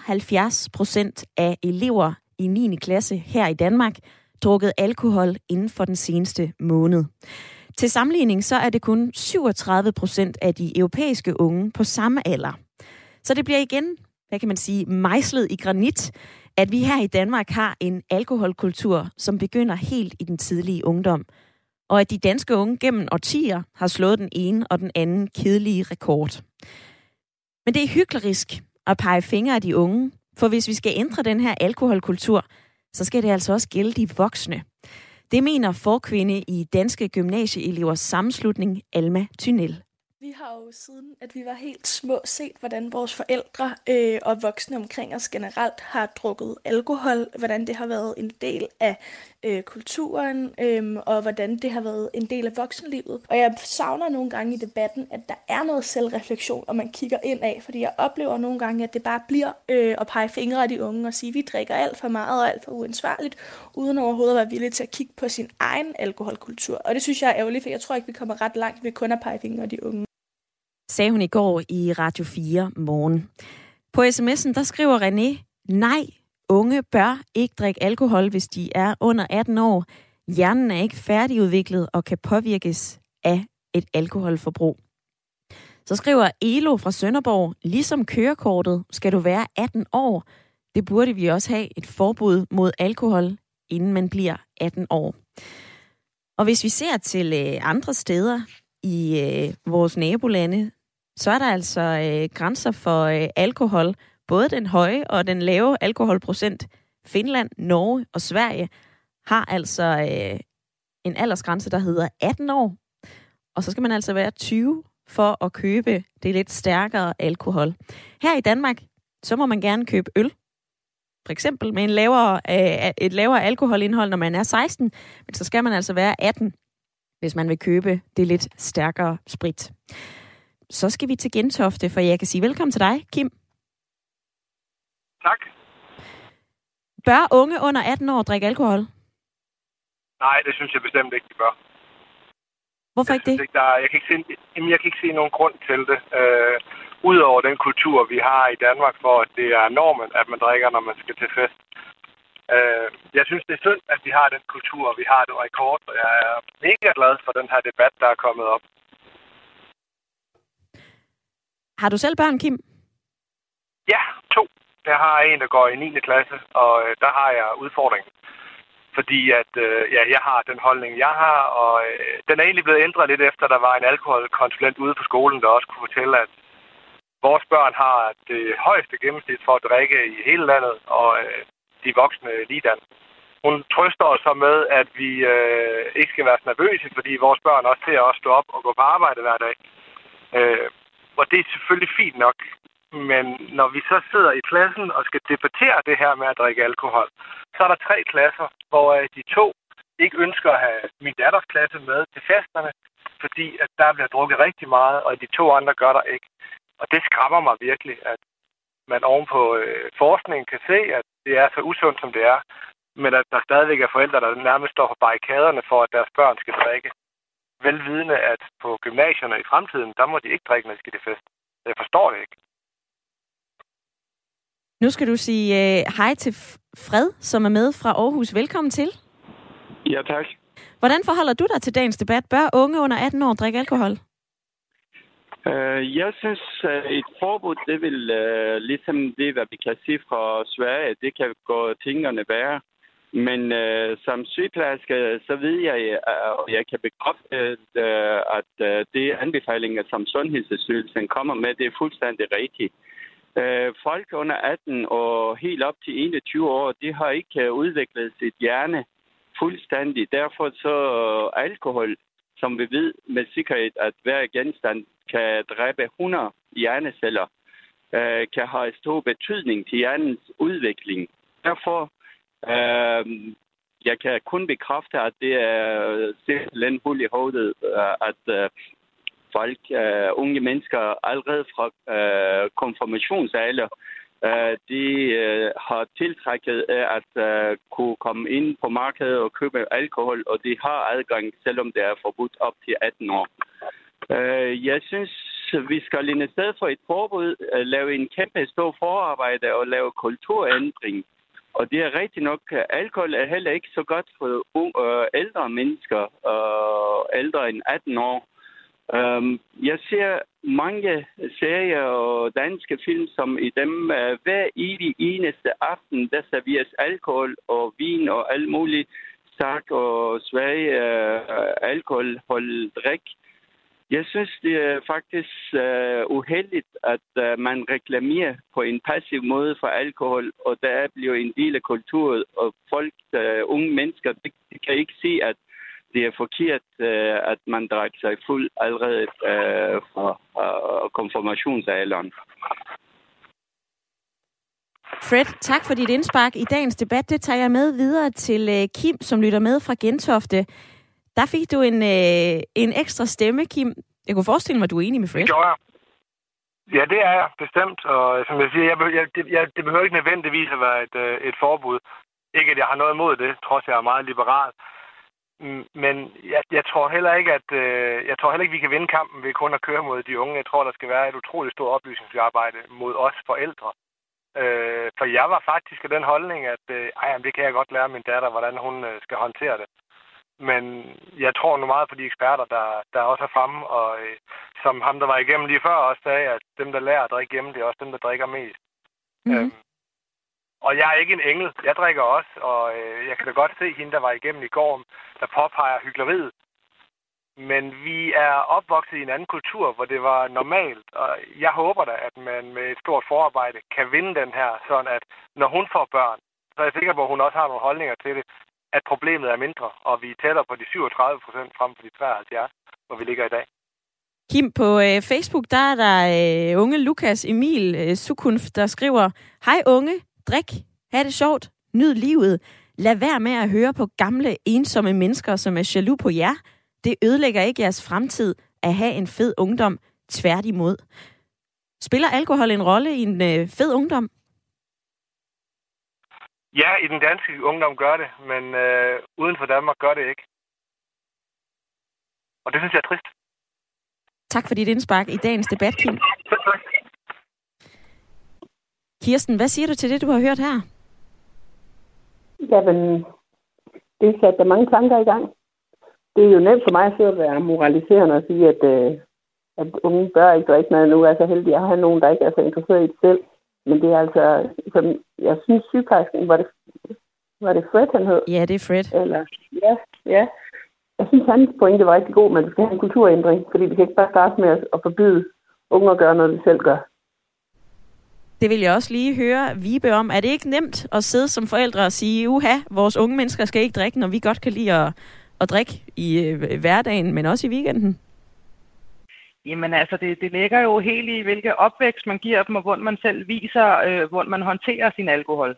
74% af elever i 9. klasse her i Danmark drukket alkohol inden for den seneste måned. Til sammenligning så er det kun 37% af de europæiske unge på samme alder. Så det bliver igen, hvad kan man sige, mejslet i granit, at vi her i Danmark har en alkoholkultur, som begynder helt i den tidlige ungdom. Og at de danske unge gennem årtier har slået den ene og den anden kedelige rekord. Men det er hyklerisk at pege fingre af de unge, for hvis vi skal ændre den her alkoholkultur, så skal det altså også gælde de voksne. Det mener forkvinde i Danske Gymnasieelevers Sammenslutning, Alma Thynel. Vi har jo siden, at vi var helt små, set, hvordan vores forældre og voksne omkring os generelt har drukket alkohol, hvordan det har været en del af kulturen, og hvordan det har været en del af voksenlivet. Og jeg savner nogle gange i debatten, at der er noget selvreflektion, og man kigger ind af, fordi jeg oplever nogle gange, at det bare bliver at pege fingre af de unge og sige, at vi drikker alt for meget og alt for uansvarligt, uden overhovedet at være villige til at kigge på sin egen alkoholkultur. Og det synes jeg er ærgerligt, for jeg tror ikke, vi kommer ret langt ved kun at pege fingre af de unge. Sagde hun i går i Radio 4 morgen. På sms'en, der skriver René, nej, unge bør ikke drikke alkohol, hvis de er under 18 år. Hjernen er ikke færdigudviklet og kan påvirkes af et alkoholforbrug. Så skriver Elo fra Sønderborg, ligesom kørekortet skal du være 18 år. Det burde vi også have et forbud mod alkohol, inden man bliver 18 år. Og hvis vi ser til andre steder i vores nabolande, så er der altså grænser for alkohol. Både den høje og den lave alkoholprocent. Finland, Norge og Sverige har altså en aldersgrænse, der hedder 18 år. Og så skal man altså være 20 for at købe det lidt stærkere alkohol. Her i Danmark, så må man gerne købe øl. For eksempel med et lavere alkoholindhold, når man er 16. Men så skal man altså være 18, hvis man vil købe det lidt stærkere sprit. Så skal vi til Gentofte, for jeg kan sige velkommen til dig, Kim. Tak. Bør unge under 18 år drikke alkohol? Nej, det synes jeg bestemt ikke, de bør. Hvorfor ikke det? Jeg kan ikke se nogen grund til det. Udover den kultur, vi har i Danmark, for at det er normen, at man drikker, når man skal til fest. Jeg synes, det er synd, at vi har den kultur, og vi har det rekord, og jeg er mega glad for den her debat, der er kommet op. Har du selv børn, Kim? Ja, 2. Jeg har en, der går i 9. klasse, og der har jeg udfordringen. Fordi at jeg har den holdning, jeg har, og den er egentlig blevet ændret lidt efter, der var en alkoholkonsulent ude på skolen, der også kunne fortælle, at vores børn har det højeste gennemsnit for at drikke i hele landet, og de voksne ligedan. Hun trøster os så med, at vi ikke skal være nervøse, fordi vores børn også ser os stå op og gå på arbejde hver dag. Og det er selvfølgelig fint nok, men når vi så sidder i klassen og skal debattere det her med at drikke alkohol, så er der 3 klasser, hvor de 2 ikke ønsker at have min datters klasse med til festerne, fordi at der bliver drukket rigtig meget, og de 2 andre gør der ikke. Og det skræmmer mig virkelig, at man ovenpå forskningen kan se, at det er så usundt, som det er, men at der stadigvæk er forældre, der nærmest står på barrikaderne for, at deres børn skal drikke. Velvidende, at på gymnasierne i fremtiden, der må de ikke drikke, når de skal til fest. Jeg forstår det ikke. Nu skal du sige hej til Fred, som er med fra Aarhus. Velkommen til. Ja, tak. Hvordan forholder du dig til dagens debat? Bør unge under 18 år drikke alkohol? Jeg synes, et forbud, det vil ligesom det, hvad vi kan sige fra Sverige, det kan gå tingene værre. Men som sygeplejerske, så ved jeg, og jeg kan bekræfte, at det anbefalinger, som Sundhedsstyrelsen kommer med, det er fuldstændig rigtigt. Folk under 18 og helt op til 21 år, de har ikke udviklet sit hjerne fuldstændig. Derfor så alkohol, som vi ved med sikkerhed, at hver genstand kan dræbe 100 hjerneceller, kan have stor betydning til hjernens udvikling. Derfor jeg kan kun bekræfte, at det er simpelthen hul i hovedet, at folk, unge mennesker, allerede fra konfirmationsalder, de har tiltrækket af at kunne komme ind på markedet og købe alkohol, og de har adgang, selvom det er forbudt op til 18 år. Jeg synes, vi skal i stedet for et forbud lave en kæmpe stor forarbejde og lave kulturændring. Og det er rigtigt nok, alkohol er heller ikke så godt for ældre mennesker, ældre end 18 år. Jeg ser mange serier og danske film, som i dem hver eneste aften, der serveres alkohol og vin og alt muligt stærk og svag alkoholholdig drik. Jeg synes, det er faktisk uheldigt, at man reklamerer på en passiv måde for alkohol, og der bliver en del af kulturen, og folk, unge mennesker, de kan ikke se, at det er forkert, at man drikker sig fuld allerede fra konfirmationsalderen. Fred, tak for dit indspark i dagens debat. Det tager jeg med videre til Kim, som lytter med fra Gentofte. Der fik du en ekstra stemme, Kim. Jeg kunne forestille mig, at du er enig med Fred. Det gjorde jeg. Ja, det er jeg bestemt. Og som jeg siger, det behøver ikke nødvendigvis at være et forbud. Ikke, at jeg har noget imod det, trods jeg er meget liberal. Men jeg tror heller ikke, vi kan vinde kampen ved kun at køre mod de unge. Jeg tror, der skal være et utroligt stort oplysningsarbejde mod os forældre. For jeg var faktisk af den holdning, at det kan jeg godt lære min datter, hvordan hun skal håndtere det. Men jeg tror nu meget på de eksperter, der også er fremme, og som ham, der var igennem lige før, også sagde, at dem, der lærer at drikke hjemme, det er også dem, der drikker mest. Mm-hmm. Og jeg er ikke en engel. Jeg drikker også, og jeg kan da godt se hende, der var igennem i går, der påpeger hykleriet. Men vi er opvokset i en anden kultur, hvor det var normalt, og jeg håber da, at man med et stort forarbejde kan vinde den her, sådan at når hun får børn, så er jeg sikker på, at hun også har nogle holdninger til det, at problemet er mindre, og vi tæller på de 37% frem for de 73, hvor vi ligger i dag. Kim, på Facebook, der er der unge Lukas Emil Sukunf, der skriver: Hej unge, drik, ha' det sjovt, nyd livet, lad være med at høre på gamle, ensomme mennesker, som er jaloux på jer. Det ødelægger ikke jeres fremtid at have en fed ungdom, tværtimod. Spiller alkohol en rolle i en fed ungdom? Ja, i den danske ungdom gør det, men uden for Danmark gør det ikke. Og det synes jeg er trist. Tak for dit indspark i dagens debat, Kim. Kirsten, hvad siger du til det, du har hørt her? Jamen, det satte mange tanker i gang. Det er jo nemt for mig at sidde og være moraliserende og sige, at unge bør ikke drikke, når jeg nu er så heldig at have nogen, der ikke er så interesseret i det selv. Men det er altså, som jeg synes, sygeplejersken, var det Fred, han hed? Ja, det er Fred. Eller, ja. Jeg synes, hans pointe var rigtig god, men du skal have en kulturændring, fordi vi kan ikke bare starte med at forbyde unge at gøre noget, de selv gør. Det vil jeg også lige høre Vibe om. Er det ikke nemt at sidde som forældre og sige, vores unge mennesker skal ikke drikke, når vi godt kan lide at drikke i hverdagen, men også i weekenden? Jamen altså, det ligger jo helt i, hvilke opvækst man giver dem, og hvordan man selv viser, hvordan man håndterer sin alkohol.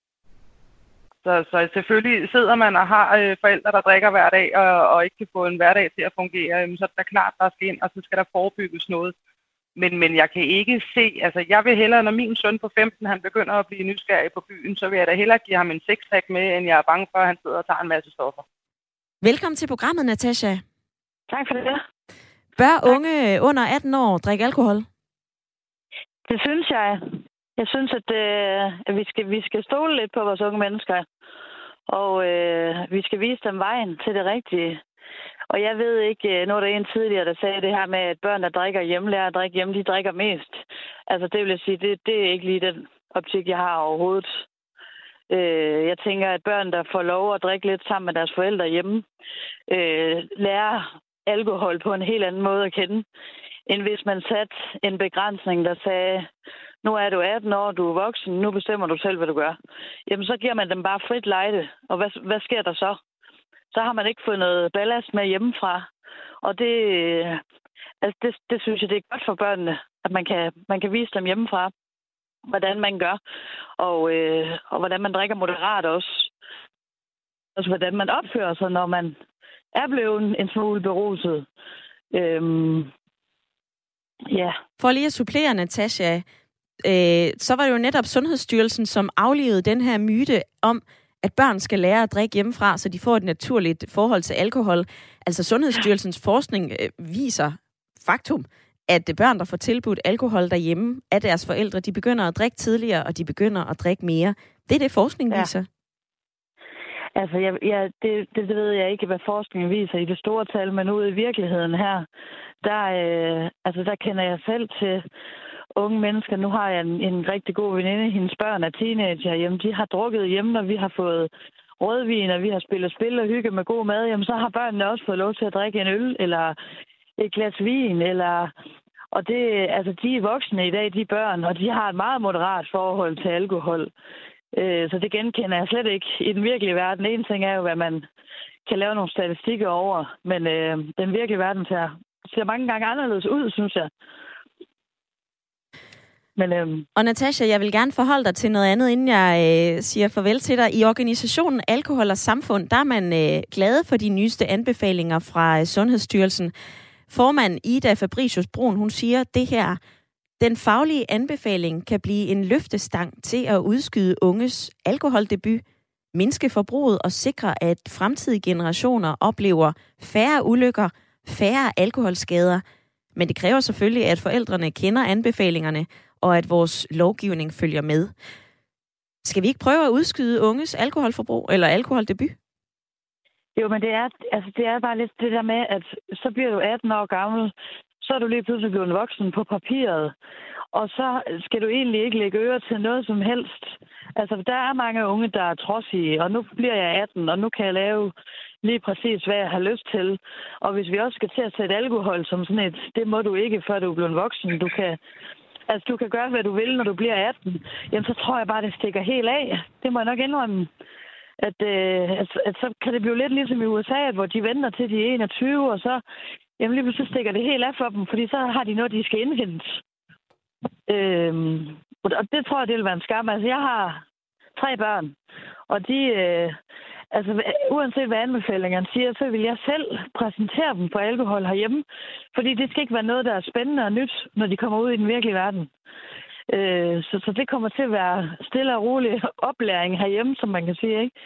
Så selvfølgelig sidder man og har forældre, der drikker hver dag, og ikke kan få en hverdag til at fungere, så er det klart, der skal ind, og så skal der forebygges noget. Men jeg kan ikke se, altså jeg vil hellere, når min søn på 15, han begynder at blive nysgerrig på byen, så vil jeg da hellere give ham en sixpack med, end jeg er bange for, at han sidder og tager en masse stoffer. Velkommen til programmet, Natasha. Tak for det. Bør unge under 18 år drikke alkohol? Det synes jeg. Jeg synes, at vi skal stole lidt på vores unge mennesker, og vi skal vise dem vejen til det rigtige. Og jeg ved ikke, nu er der en tidligere, der sagde det her med, at børn, der drikker hjemme, lærer at drikke hjemme, de drikker mest. Altså det vil jeg sige, det er ikke lige den optik, jeg har overhovedet. Jeg tænker, at børn, der får lov at drikke lidt sammen med deres forældre hjemme, lærer alkohol på en helt anden måde at kende, end hvis man satte en begrænsning, der sagde, nu er du 18 år, du er voksen, nu bestemmer du selv, hvad du gør. Jamen, så giver man dem bare frit lejde. Og hvad sker der så? Så har man ikke fået noget ballast med hjemmefra. Og det synes jeg, det er godt for børnene, at man kan vise dem hjemmefra, hvordan man gør, og hvordan man drikker moderat også. Altså, hvordan man opfører sig, når man er blevet en smule beruset. Ja. For lige at supplere, Natasha, så var det jo netop Sundhedsstyrelsen, som aflivede den her myte om, at børn skal lære at drikke hjemmefra, så de får et naturligt forhold til alkohol. Altså Sundhedsstyrelsens forskning viser faktum, at børn, der får tilbudt alkohol derhjemme af deres forældre, de begynder at drikke tidligere, og de begynder at drikke mere. Det er det, forskning viser. Altså, det ved jeg ikke, hvad forskningen viser i det store tal, men ude i virkeligheden her, der kender jeg selv til unge mennesker. Nu har jeg en rigtig god veninde. Hendes børn er teenager. Jamen, de har drukket hjemme, når vi har fået rødvin, og vi har spillet spil og hygge med god mad. Jamen, så har børnene også fået lov til at drikke en øl, eller et glas vin, og det, altså, de er voksne i dag, de børn, og de har et meget moderat forhold til alkohol. Så det genkender jeg slet ikke i den virkelige verden. En ting er jo, hvad man kan lave nogle statistikker over, men den virkelige verden ser mange gange anderledes ud, synes jeg. Og Natasha, jeg vil gerne forholde dig til noget andet, inden jeg siger farvel til dig. I organisationen Alkohol og Samfund, der er man glade for de nyeste anbefalinger fra Sundhedsstyrelsen. Formand Ida Fabricius Brun, hun siger det her: den faglige anbefaling kan blive en løftestang til at udskyde unges alkoholdebut, mindske forbruget og sikre, at fremtidige generationer oplever færre ulykker, færre alkoholskader. Men det kræver selvfølgelig, at forældrene kender anbefalingerne, og at vores lovgivning følger med. Skal vi ikke prøve at udskyde unges alkoholforbrug eller alkoholdebut? Jo, men det er bare lidt det der med, at så bliver du 18 år gammel, så er du lige pludselig blevet voksen på papiret, og så skal du egentlig ikke lægge øre til noget som helst. Altså, der er mange unge, der er trodsige, og nu bliver jeg 18, og nu kan jeg lave lige præcis, hvad jeg har lyst til. Og hvis vi også skal til at sætte alkohol som sådan et, det må du ikke, før du er blevet voksen. Du kan gøre, hvad du vil, når du bliver 18. Jamen, så tror jeg bare, det stikker helt af. Det må jeg nok indrømme. At så kan det blive lidt ligesom i USA, hvor de venter til de er 21, og så lige pludselig stikker det helt af for dem, fordi så har de noget, de skal indhente. Og det tror jeg, det vil være en skam. Altså, jeg har 3 børn, og de, uanset hvad anbefalingerne siger, så vil jeg selv præsentere dem for alkohol herhjemme, fordi det skal ikke være noget, der er spændende og nyt, når de kommer ud i den virkelige verden. Så det kommer til at være stille og rolig oplæring herhjemme, som man kan sige, ikke?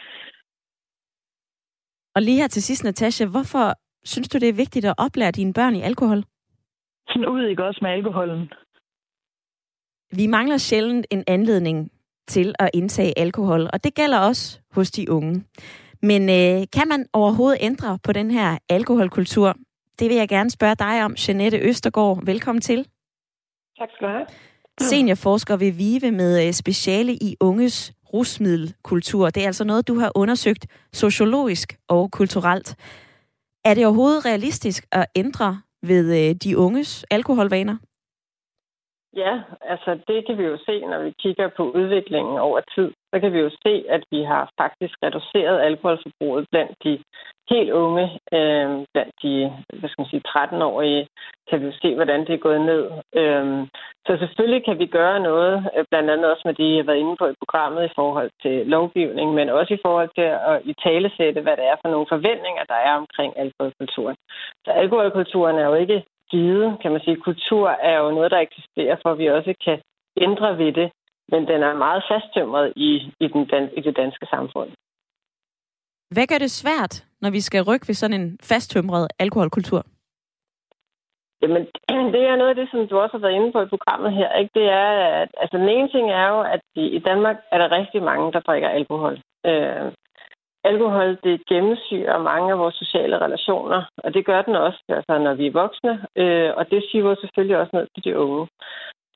Og lige her til sidst, Natasha, hvorfor synes du, det er vigtigt at oplære dine børn i alkohol? Sådan ud ikke også med alkoholen. Vi mangler sjældent en anledning til at indtage alkohol, og det gælder også hos de unge. Men kan man overhovedet ændre på den her alkoholkultur? Det vil jeg gerne spørge dig om, Jeanette Østergaard. Velkommen til. Tak skal du have. Seniorforsker ved VIVE med speciale i unges rusmiddelkultur. Det er altså noget, du har undersøgt sociologisk og kulturelt. Er det overhovedet realistisk at ændre ved de unges alkoholvaner? Ja, altså det kan vi jo se, når vi kigger på udviklingen over tid. Så kan vi jo se, at vi har faktisk reduceret alkoholforbruget blandt de helt unge, blandt de 13-årige, kan vi jo se, hvordan det er gået ned. Så selvfølgelig kan vi gøre noget, blandt andet også med det, jeg har været inde på i programmet i forhold til lovgivning, men også i forhold til at italesætte, hvad det er for nogle forventninger, der er omkring alkoholkulturen. Så alkoholkulturen er jo ikke givet, kan man sige. Kultur er jo noget, der eksisterer, for at vi også kan ændre ved det, men den er meget fasttømret i det danske samfund. Hvad gør det svært, når vi skal rykke ved sådan en fasttømret alkoholkultur? Jamen, det er noget af det, som du også har været inde på i programmet her. Ikke? Det er, at den ene ting er jo, at i Danmark er der rigtig mange, der drikker alkohol. Alkohol, det gennemsyrer mange af vores sociale relationer, og det gør den også, altså, når vi er voksne, og det siver selvfølgelig også ned til de unge.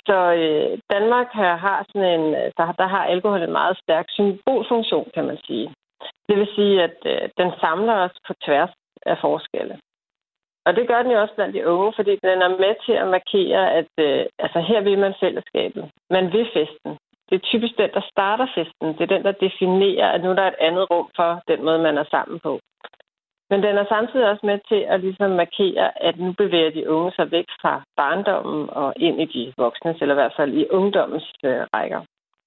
Så Danmark har sådan en, der har alkohol en meget stærk symbolfunktion, kan man sige. Det vil sige, at den samler os på tværs af forskelle. Og det gør den jo også blandt de unge, fordi den er med til at markere, at her vil man fællesskabet. Man vil festen. Det er typisk den, der starter festen. Det er den, der definerer, at nu der er et andet rum for den måde, man er sammen på. Men den er samtidig også med til at ligesom markere, at nu bevæger de unge sig væk fra barndommen og ind i de voksnes, eller i hvert fald i ungdommens rækker.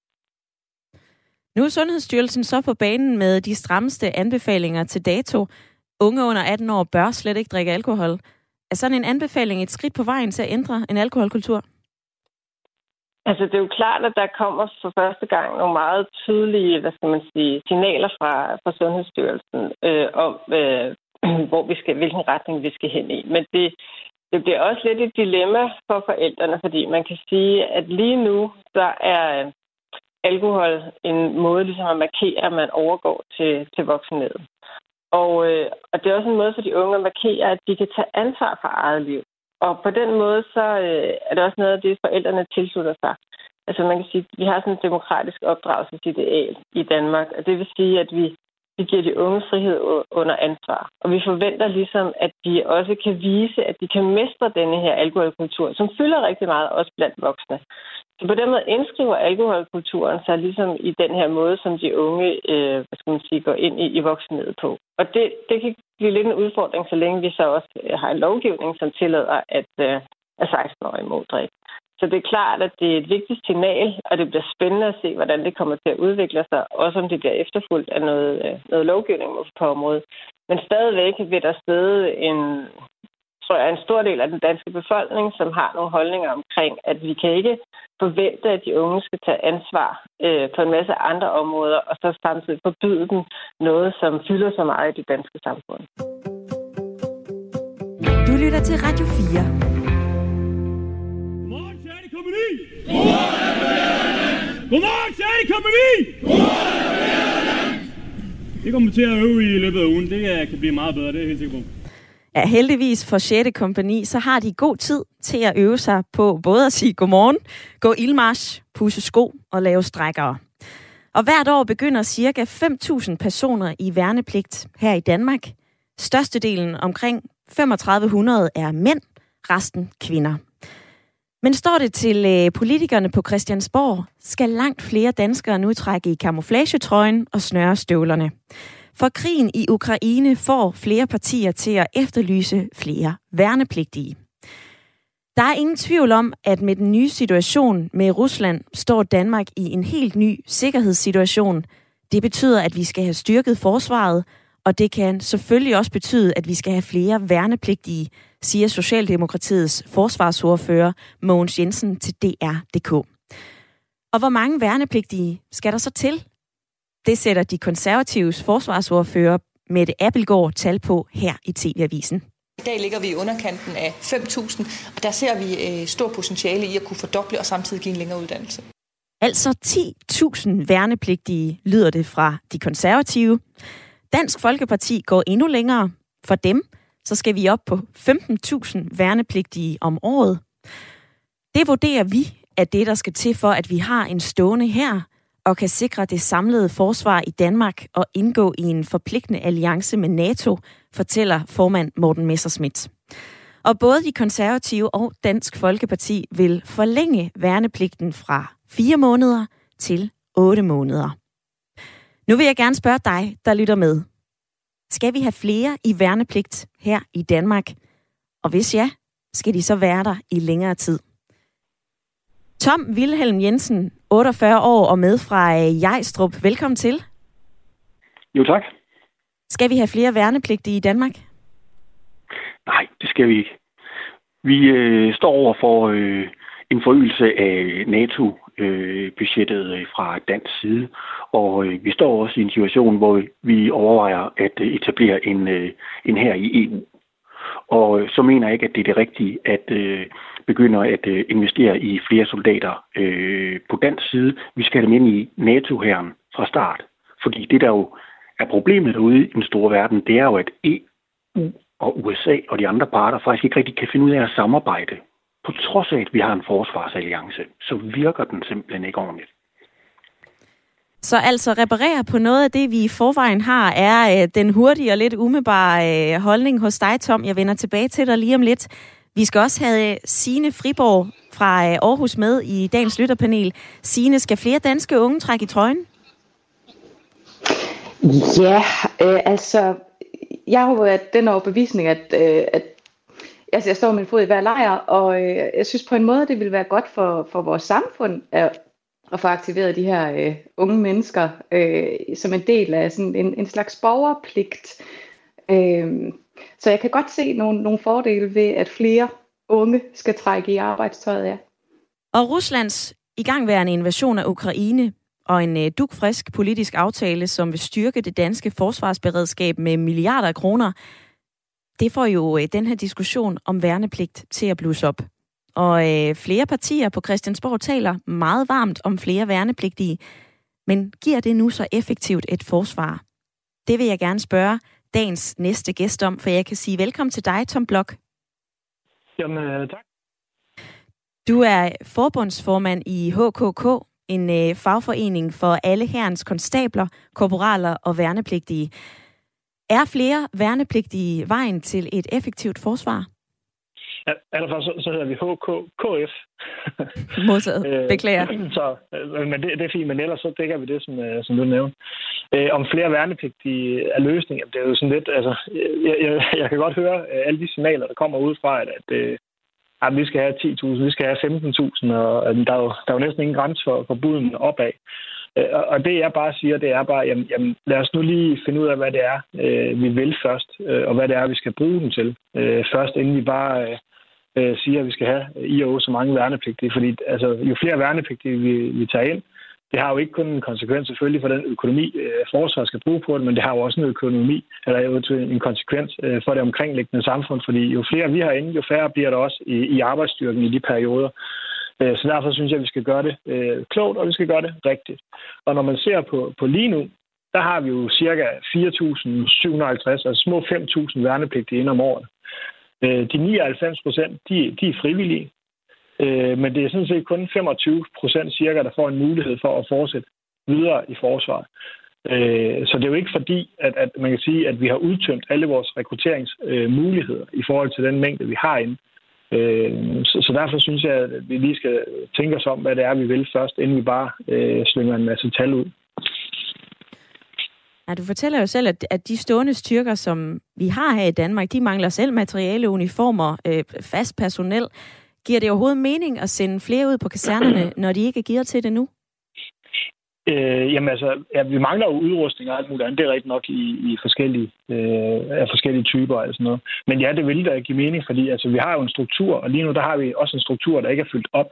Nu er Sundhedsstyrelsen så på banen med de strammeste anbefalinger til dato. Unge under 18 år bør slet ikke drikke alkohol. Er sådan en anbefaling et skridt på vejen til at ændre en alkoholkultur? Altså, det er jo klart, at der kommer for første gang nogle meget tydelige, signaler fra Sundhedsstyrelsen om, hvilken retning vi skal hen i. Men det bliver også lidt et dilemma for forældrene, fordi man kan sige, at lige nu, der er alkohol en måde ligesom at markere, at man overgår til voksenhed. Og det er også en måde for de unge at markere, at de kan tage ansvar for eget liv. Og på den måde, så er det også noget af det, forældrene tilslutter sig. Altså man kan sige, at vi har sådan et demokratisk opdragelsesideal i Danmark, og det vil sige, at vi giver de unge frihed under ansvar. Og vi forventer ligesom, at de også kan vise, at de kan mestre denne her alkoholkultur, som fylder rigtig meget også blandt voksne. Så på den måde indskriver alkoholkulturen sig ligesom i den her måde, som de unge går ind i voksenlivet på. Og det kan blive lidt en udfordring, så længe vi så også har en lovgivning, som tillader, at 16-årige må drikke. Så det er klart, at det er et vigtigt signal, og det bliver spændende at se, hvordan det kommer til at udvikle sig, også om det bliver efterfulgt af noget lovgivning på området. Men stadigvæk vil der stadig en stor del af den danske befolkning, som har nogle holdninger omkring, at vi kan ikke forvente, at de unge skal tage ansvar på en masse andre områder, og så samtidig forbyde dem noget, som fylder så meget i det danske samfund. Du lytter til Radio 4. Godmorgen, kære kompagni! Det kommer til at øve i løbet af ugen. Det kan blive meget bedre, det er jeg helt sikker på. Ja, heldigvis for 6. kompagni, så har de god tid til at øve sig på både at sige godmorgen, gå ildmarch, pudse sko og lave strækkere. Og hvert år begynder ca. 5.000 personer i værnepligt her i Danmark. Størstedelen, omkring 3500, er mænd, resten kvinder. Men står det til politikerne på Christiansborg, skal langt flere danskere nu trække i camouflagetrøjen og snøre støvlerne. For krigen i Ukraine får flere partier til at efterlyse flere værnepligtige. Der er ingen tvivl om, at med den nye situation med Rusland står Danmark i en helt ny sikkerhedssituation. Det betyder, at vi skal have styrket forsvaret, og det kan selvfølgelig også betyde, at vi skal have flere værnepligtige, siger Socialdemokratiets forsvarsordfører Mogens Jensen til DR.dk. Og hvor mange værnepligtige skal der så til? Det sætter de konservatives forsvarsordfører Mette Abildgaard tal på her i TV-avisen. I dag ligger vi i underkanten af 5.000, og der ser vi stor potentiale i at kunne fordoble og samtidig give en længere uddannelse. Altså 10.000 værnepligtige lyder det fra de konservative. Dansk Folkeparti går endnu længere. For dem så skal vi op på 15.000 værnepligtige om året. Det vurderer vi, at det, der skal til for, at vi har en stående hær og kan sikre det samlede forsvar i Danmark og indgå i en forpligtende alliance med NATO, fortæller formand Morten Messerschmidt. Og både de konservative og Dansk Folkeparti vil forlænge værnepligten fra 4 måneder til 8 måneder. Nu vil jeg gerne spørge dig, der lytter med. Skal vi have flere i værnepligt her i Danmark? Og hvis ja, skal de så være der i længere tid? Tom Wilhelm Jensen, 48 år og med fra Jejstrup. Velkommen til. Jo, tak. Skal vi have flere værnepligtige i Danmark? Nej, det skal vi ikke. Vi står over for en forøgelse af NATO-budgettet fra dansk side, og vi står også i en situation, hvor vi overvejer at etablere en hær i EU. Og så mener jeg ikke, at det er det rigtige at begynde at investere i flere soldater på dansk side. Vi skal have dem ind i NATO-hæren fra start. Fordi det, der jo er problemet derude i den store verden, det er jo, at EU og USA og de andre parter faktisk ikke rigtig kan finde ud af at samarbejde. på trods af, at vi har en forsvarsalliance, så virker den simpelthen ikke ordentligt. Så altså reparere på noget af det, vi i forvejen har, er den hurtige og lidt umiddelbare holdning hos dig, Tom. Jeg vender tilbage til dig lige om lidt. Vi skal også have Signe Friborg fra Aarhus med i dagens lytterpanel. Signe, skal flere danske unge trække i trøjen? Ja, altså, jeg har jo den overbevisning, at jeg står med en fod i hver lejr, og jeg synes på en måde, det vil være godt for vores samfund at få aktiveret de her unge mennesker som en del af sådan en slags borgerpligt. Så jeg kan godt se nogle fordele ved, at flere unge skal trække i arbejdstøjet, ja. Og Ruslands igangværende invasion af Ukraine og en dugfrisk politisk aftale, som vil styrke det danske forsvarsberedskab med milliarder af kroner, det får jo den her diskussion om værnepligt til at blusse op. Og flere partier på Christiansborg taler meget varmt om flere værnepligtige. Men giver det nu så effektivt et forsvar? Det vil jeg gerne spørge dagens næste gæst om, for jeg kan sige velkommen til dig, Tom Blok. Jamen, tak. Du er forbundsformand i HKK, en fagforening for alle hærens konstabler, korporaler og værnepligtige. Er flere værnepligtige vejen til et effektivt forsvar? Ja, allerførst så hedder vi HKKF. Modtaget. Beklager. Men det er fint, men ellers så dækker vi det, som du nævnte. Om flere værnepligtige er løsningen, det er jo sådan lidt, altså, jeg kan godt høre alle de signaler, der kommer udefra, at vi skal have 10.000, vi skal have 15.000, og der er jo næsten ingen grænse for buden opad. Og det jeg bare siger, det er bare, jamen lad os nu lige finde ud af, hvad det er, vi vil først, og hvad det er, vi skal bruge den til først, inden vi bare siger, at vi skal have så mange værnepligtige. Fordi altså, jo flere værnepligtige vi tager ind, det har jo ikke kun en konsekvens selvfølgelig for den økonomi, forsvaret skal bruge på det, men det har jo også en konsekvens for det omkringliggende samfund, fordi jo flere vi har inde, jo færre bliver der også i arbejdsstyrken i de perioder. Så derfor synes jeg, at vi skal gøre det klogt, og vi skal gøre det rigtigt. Og når man ser på lige nu, der har vi jo cirka 4.750, altså små 5.000 værnepligtige ind om året. De 99%, de er frivillige, men det er sådan set kun 25% cirka, der får en mulighed for at fortsætte videre i forsvaret. Så det er jo ikke fordi, at man kan sige, at vi har udtømt alle vores rekrutteringsmuligheder i forhold til den mængde, vi har inde. Så derfor synes jeg, at vi lige skal tænke os om, hvad det er, vi vil først, inden vi bare slynger en masse tal ud. Ja, du fortæller jo selv, at de stående styrker, som vi har her i Danmark, de mangler selv materiale, uniformer, fast personel. Giver det overhovedet mening at sende flere ud på kasernerne, når de ikke er gearet til det nu? Jamen altså, vi mangler jo udrustning og alt muligt andet. Det er rigtig nok i forskellige typer og sådan noget. Men ja, det vil da give mening, fordi altså, vi har jo en struktur, og lige nu der har vi også en struktur, der ikke er fyldt op.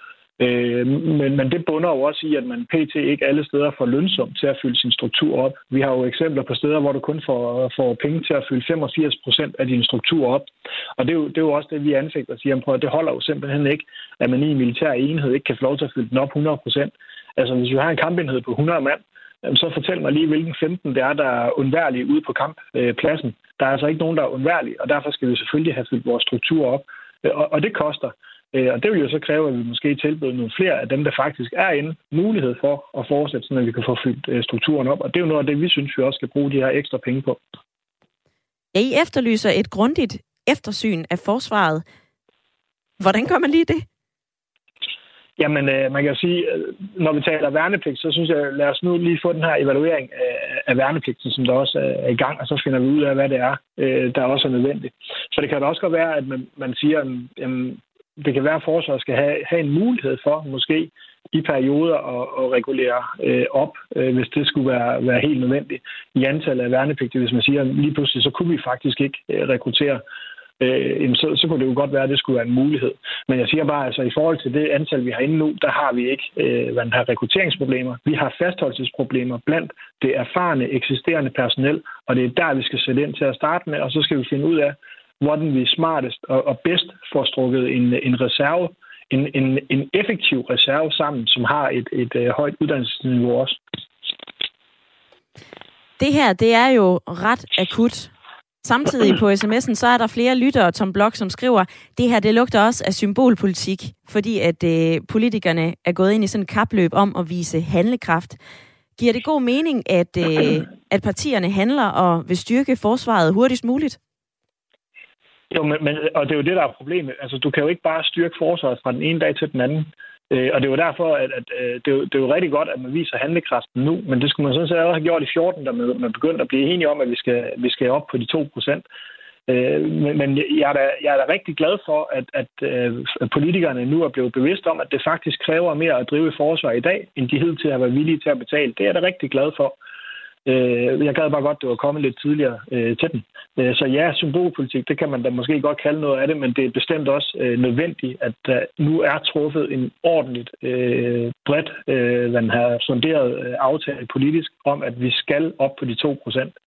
Men det bunder jo også i, at man pt. Ikke alle steder får lønsum til at fylde sin struktur op. Vi har jo eksempler på steder, hvor du kun får penge til at fylde 85% af din struktur op. Og det er jo også det, vi anfægter og siger, at det holder jo simpelthen ikke, at man i en militær enhed ikke kan få lov til at fylde den op 100%. Altså, hvis vi har en kampenhed på 100 mand, så fortæl mig lige, hvilken 15 det er, der er undværlige ude på kamppladsen. Der er altså ikke nogen, der er undværlige, og derfor skal vi selvfølgelig have fyldt vores struktur op. Og det koster. Og det vil jo så kræve, at vi måske tilbyder nogle flere af dem, der faktisk er inde, mulighed for at fortsætte, så vi kan få fyldt strukturen op. Og det er jo noget af det, vi synes, vi også skal bruge de her ekstra penge på. Ja, I efterlyser et grundigt eftersyn af forsvaret. Hvordan gør man lige det? Jamen, man kan jo sige, når vi taler værnepligt, så synes jeg, lad os nu lige få den her evaluering af værnepligten, som der også er i gang, og så finder vi ud af, hvad det er, der også er nødvendigt. Så det kan da også godt være, at man siger, at det kan være, at forsvaret skal have en mulighed for, måske i perioder, at regulere op, hvis det skulle være helt nødvendigt i antallet af værnepligtige. Hvis man siger, lige pludselig, så kunne vi faktisk ikke rekruttere, så kunne det jo godt være, at det skulle være en mulighed. Men jeg siger bare, altså i forhold til det antal, vi har inde nu, der har vi ikke rekrutteringsproblemer. Vi har fastholdelsesproblemer blandt det erfarne, eksisterende personel, og det er der, vi skal sætte ind til at starte med, og så skal vi finde ud af, hvordan vi smartest og bedst får strukket en reserve, en effektiv reserve sammen, som har et højt uddannelsesniveau også. Det her, det er jo ret akut. Samtidig på sms'en, så er der flere lyttere, Tom Blok, som skriver, det her, det lugter også af symbolpolitik, fordi at politikerne er gået ind i sådan et kapløb om at vise handlekraft. Giver det god mening, at partierne handler og vil styrke forsvaret hurtigst muligt? Jo, men og det er jo det, der er problemet. Altså, du kan jo ikke bare styrke forsvaret fra den ene dag til den anden. Og det er jo derfor, at det er jo rigtig godt, at man viser handlekraften nu, men det skulle man sådan set allerede have gjort i 14, da man begyndte at blive enige om, at vi skal op på de 2%. Men jeg er da rigtig glad for, at politikerne nu er blevet bevidste om, at det faktisk kræver mere at drive forsvar i dag, end de hidtil har været villige til at betale. Det er jeg da rigtig glad for. Jeg gad bare godt, det var kommet lidt tidligere til den. Så ja, symbolpolitik, det kan man da måske godt kalde noget af det, men det er bestemt også nødvendigt, at der nu er truffet en ordentligt bredt, man har sonderet aftale politisk om, at vi skal op på de 2%.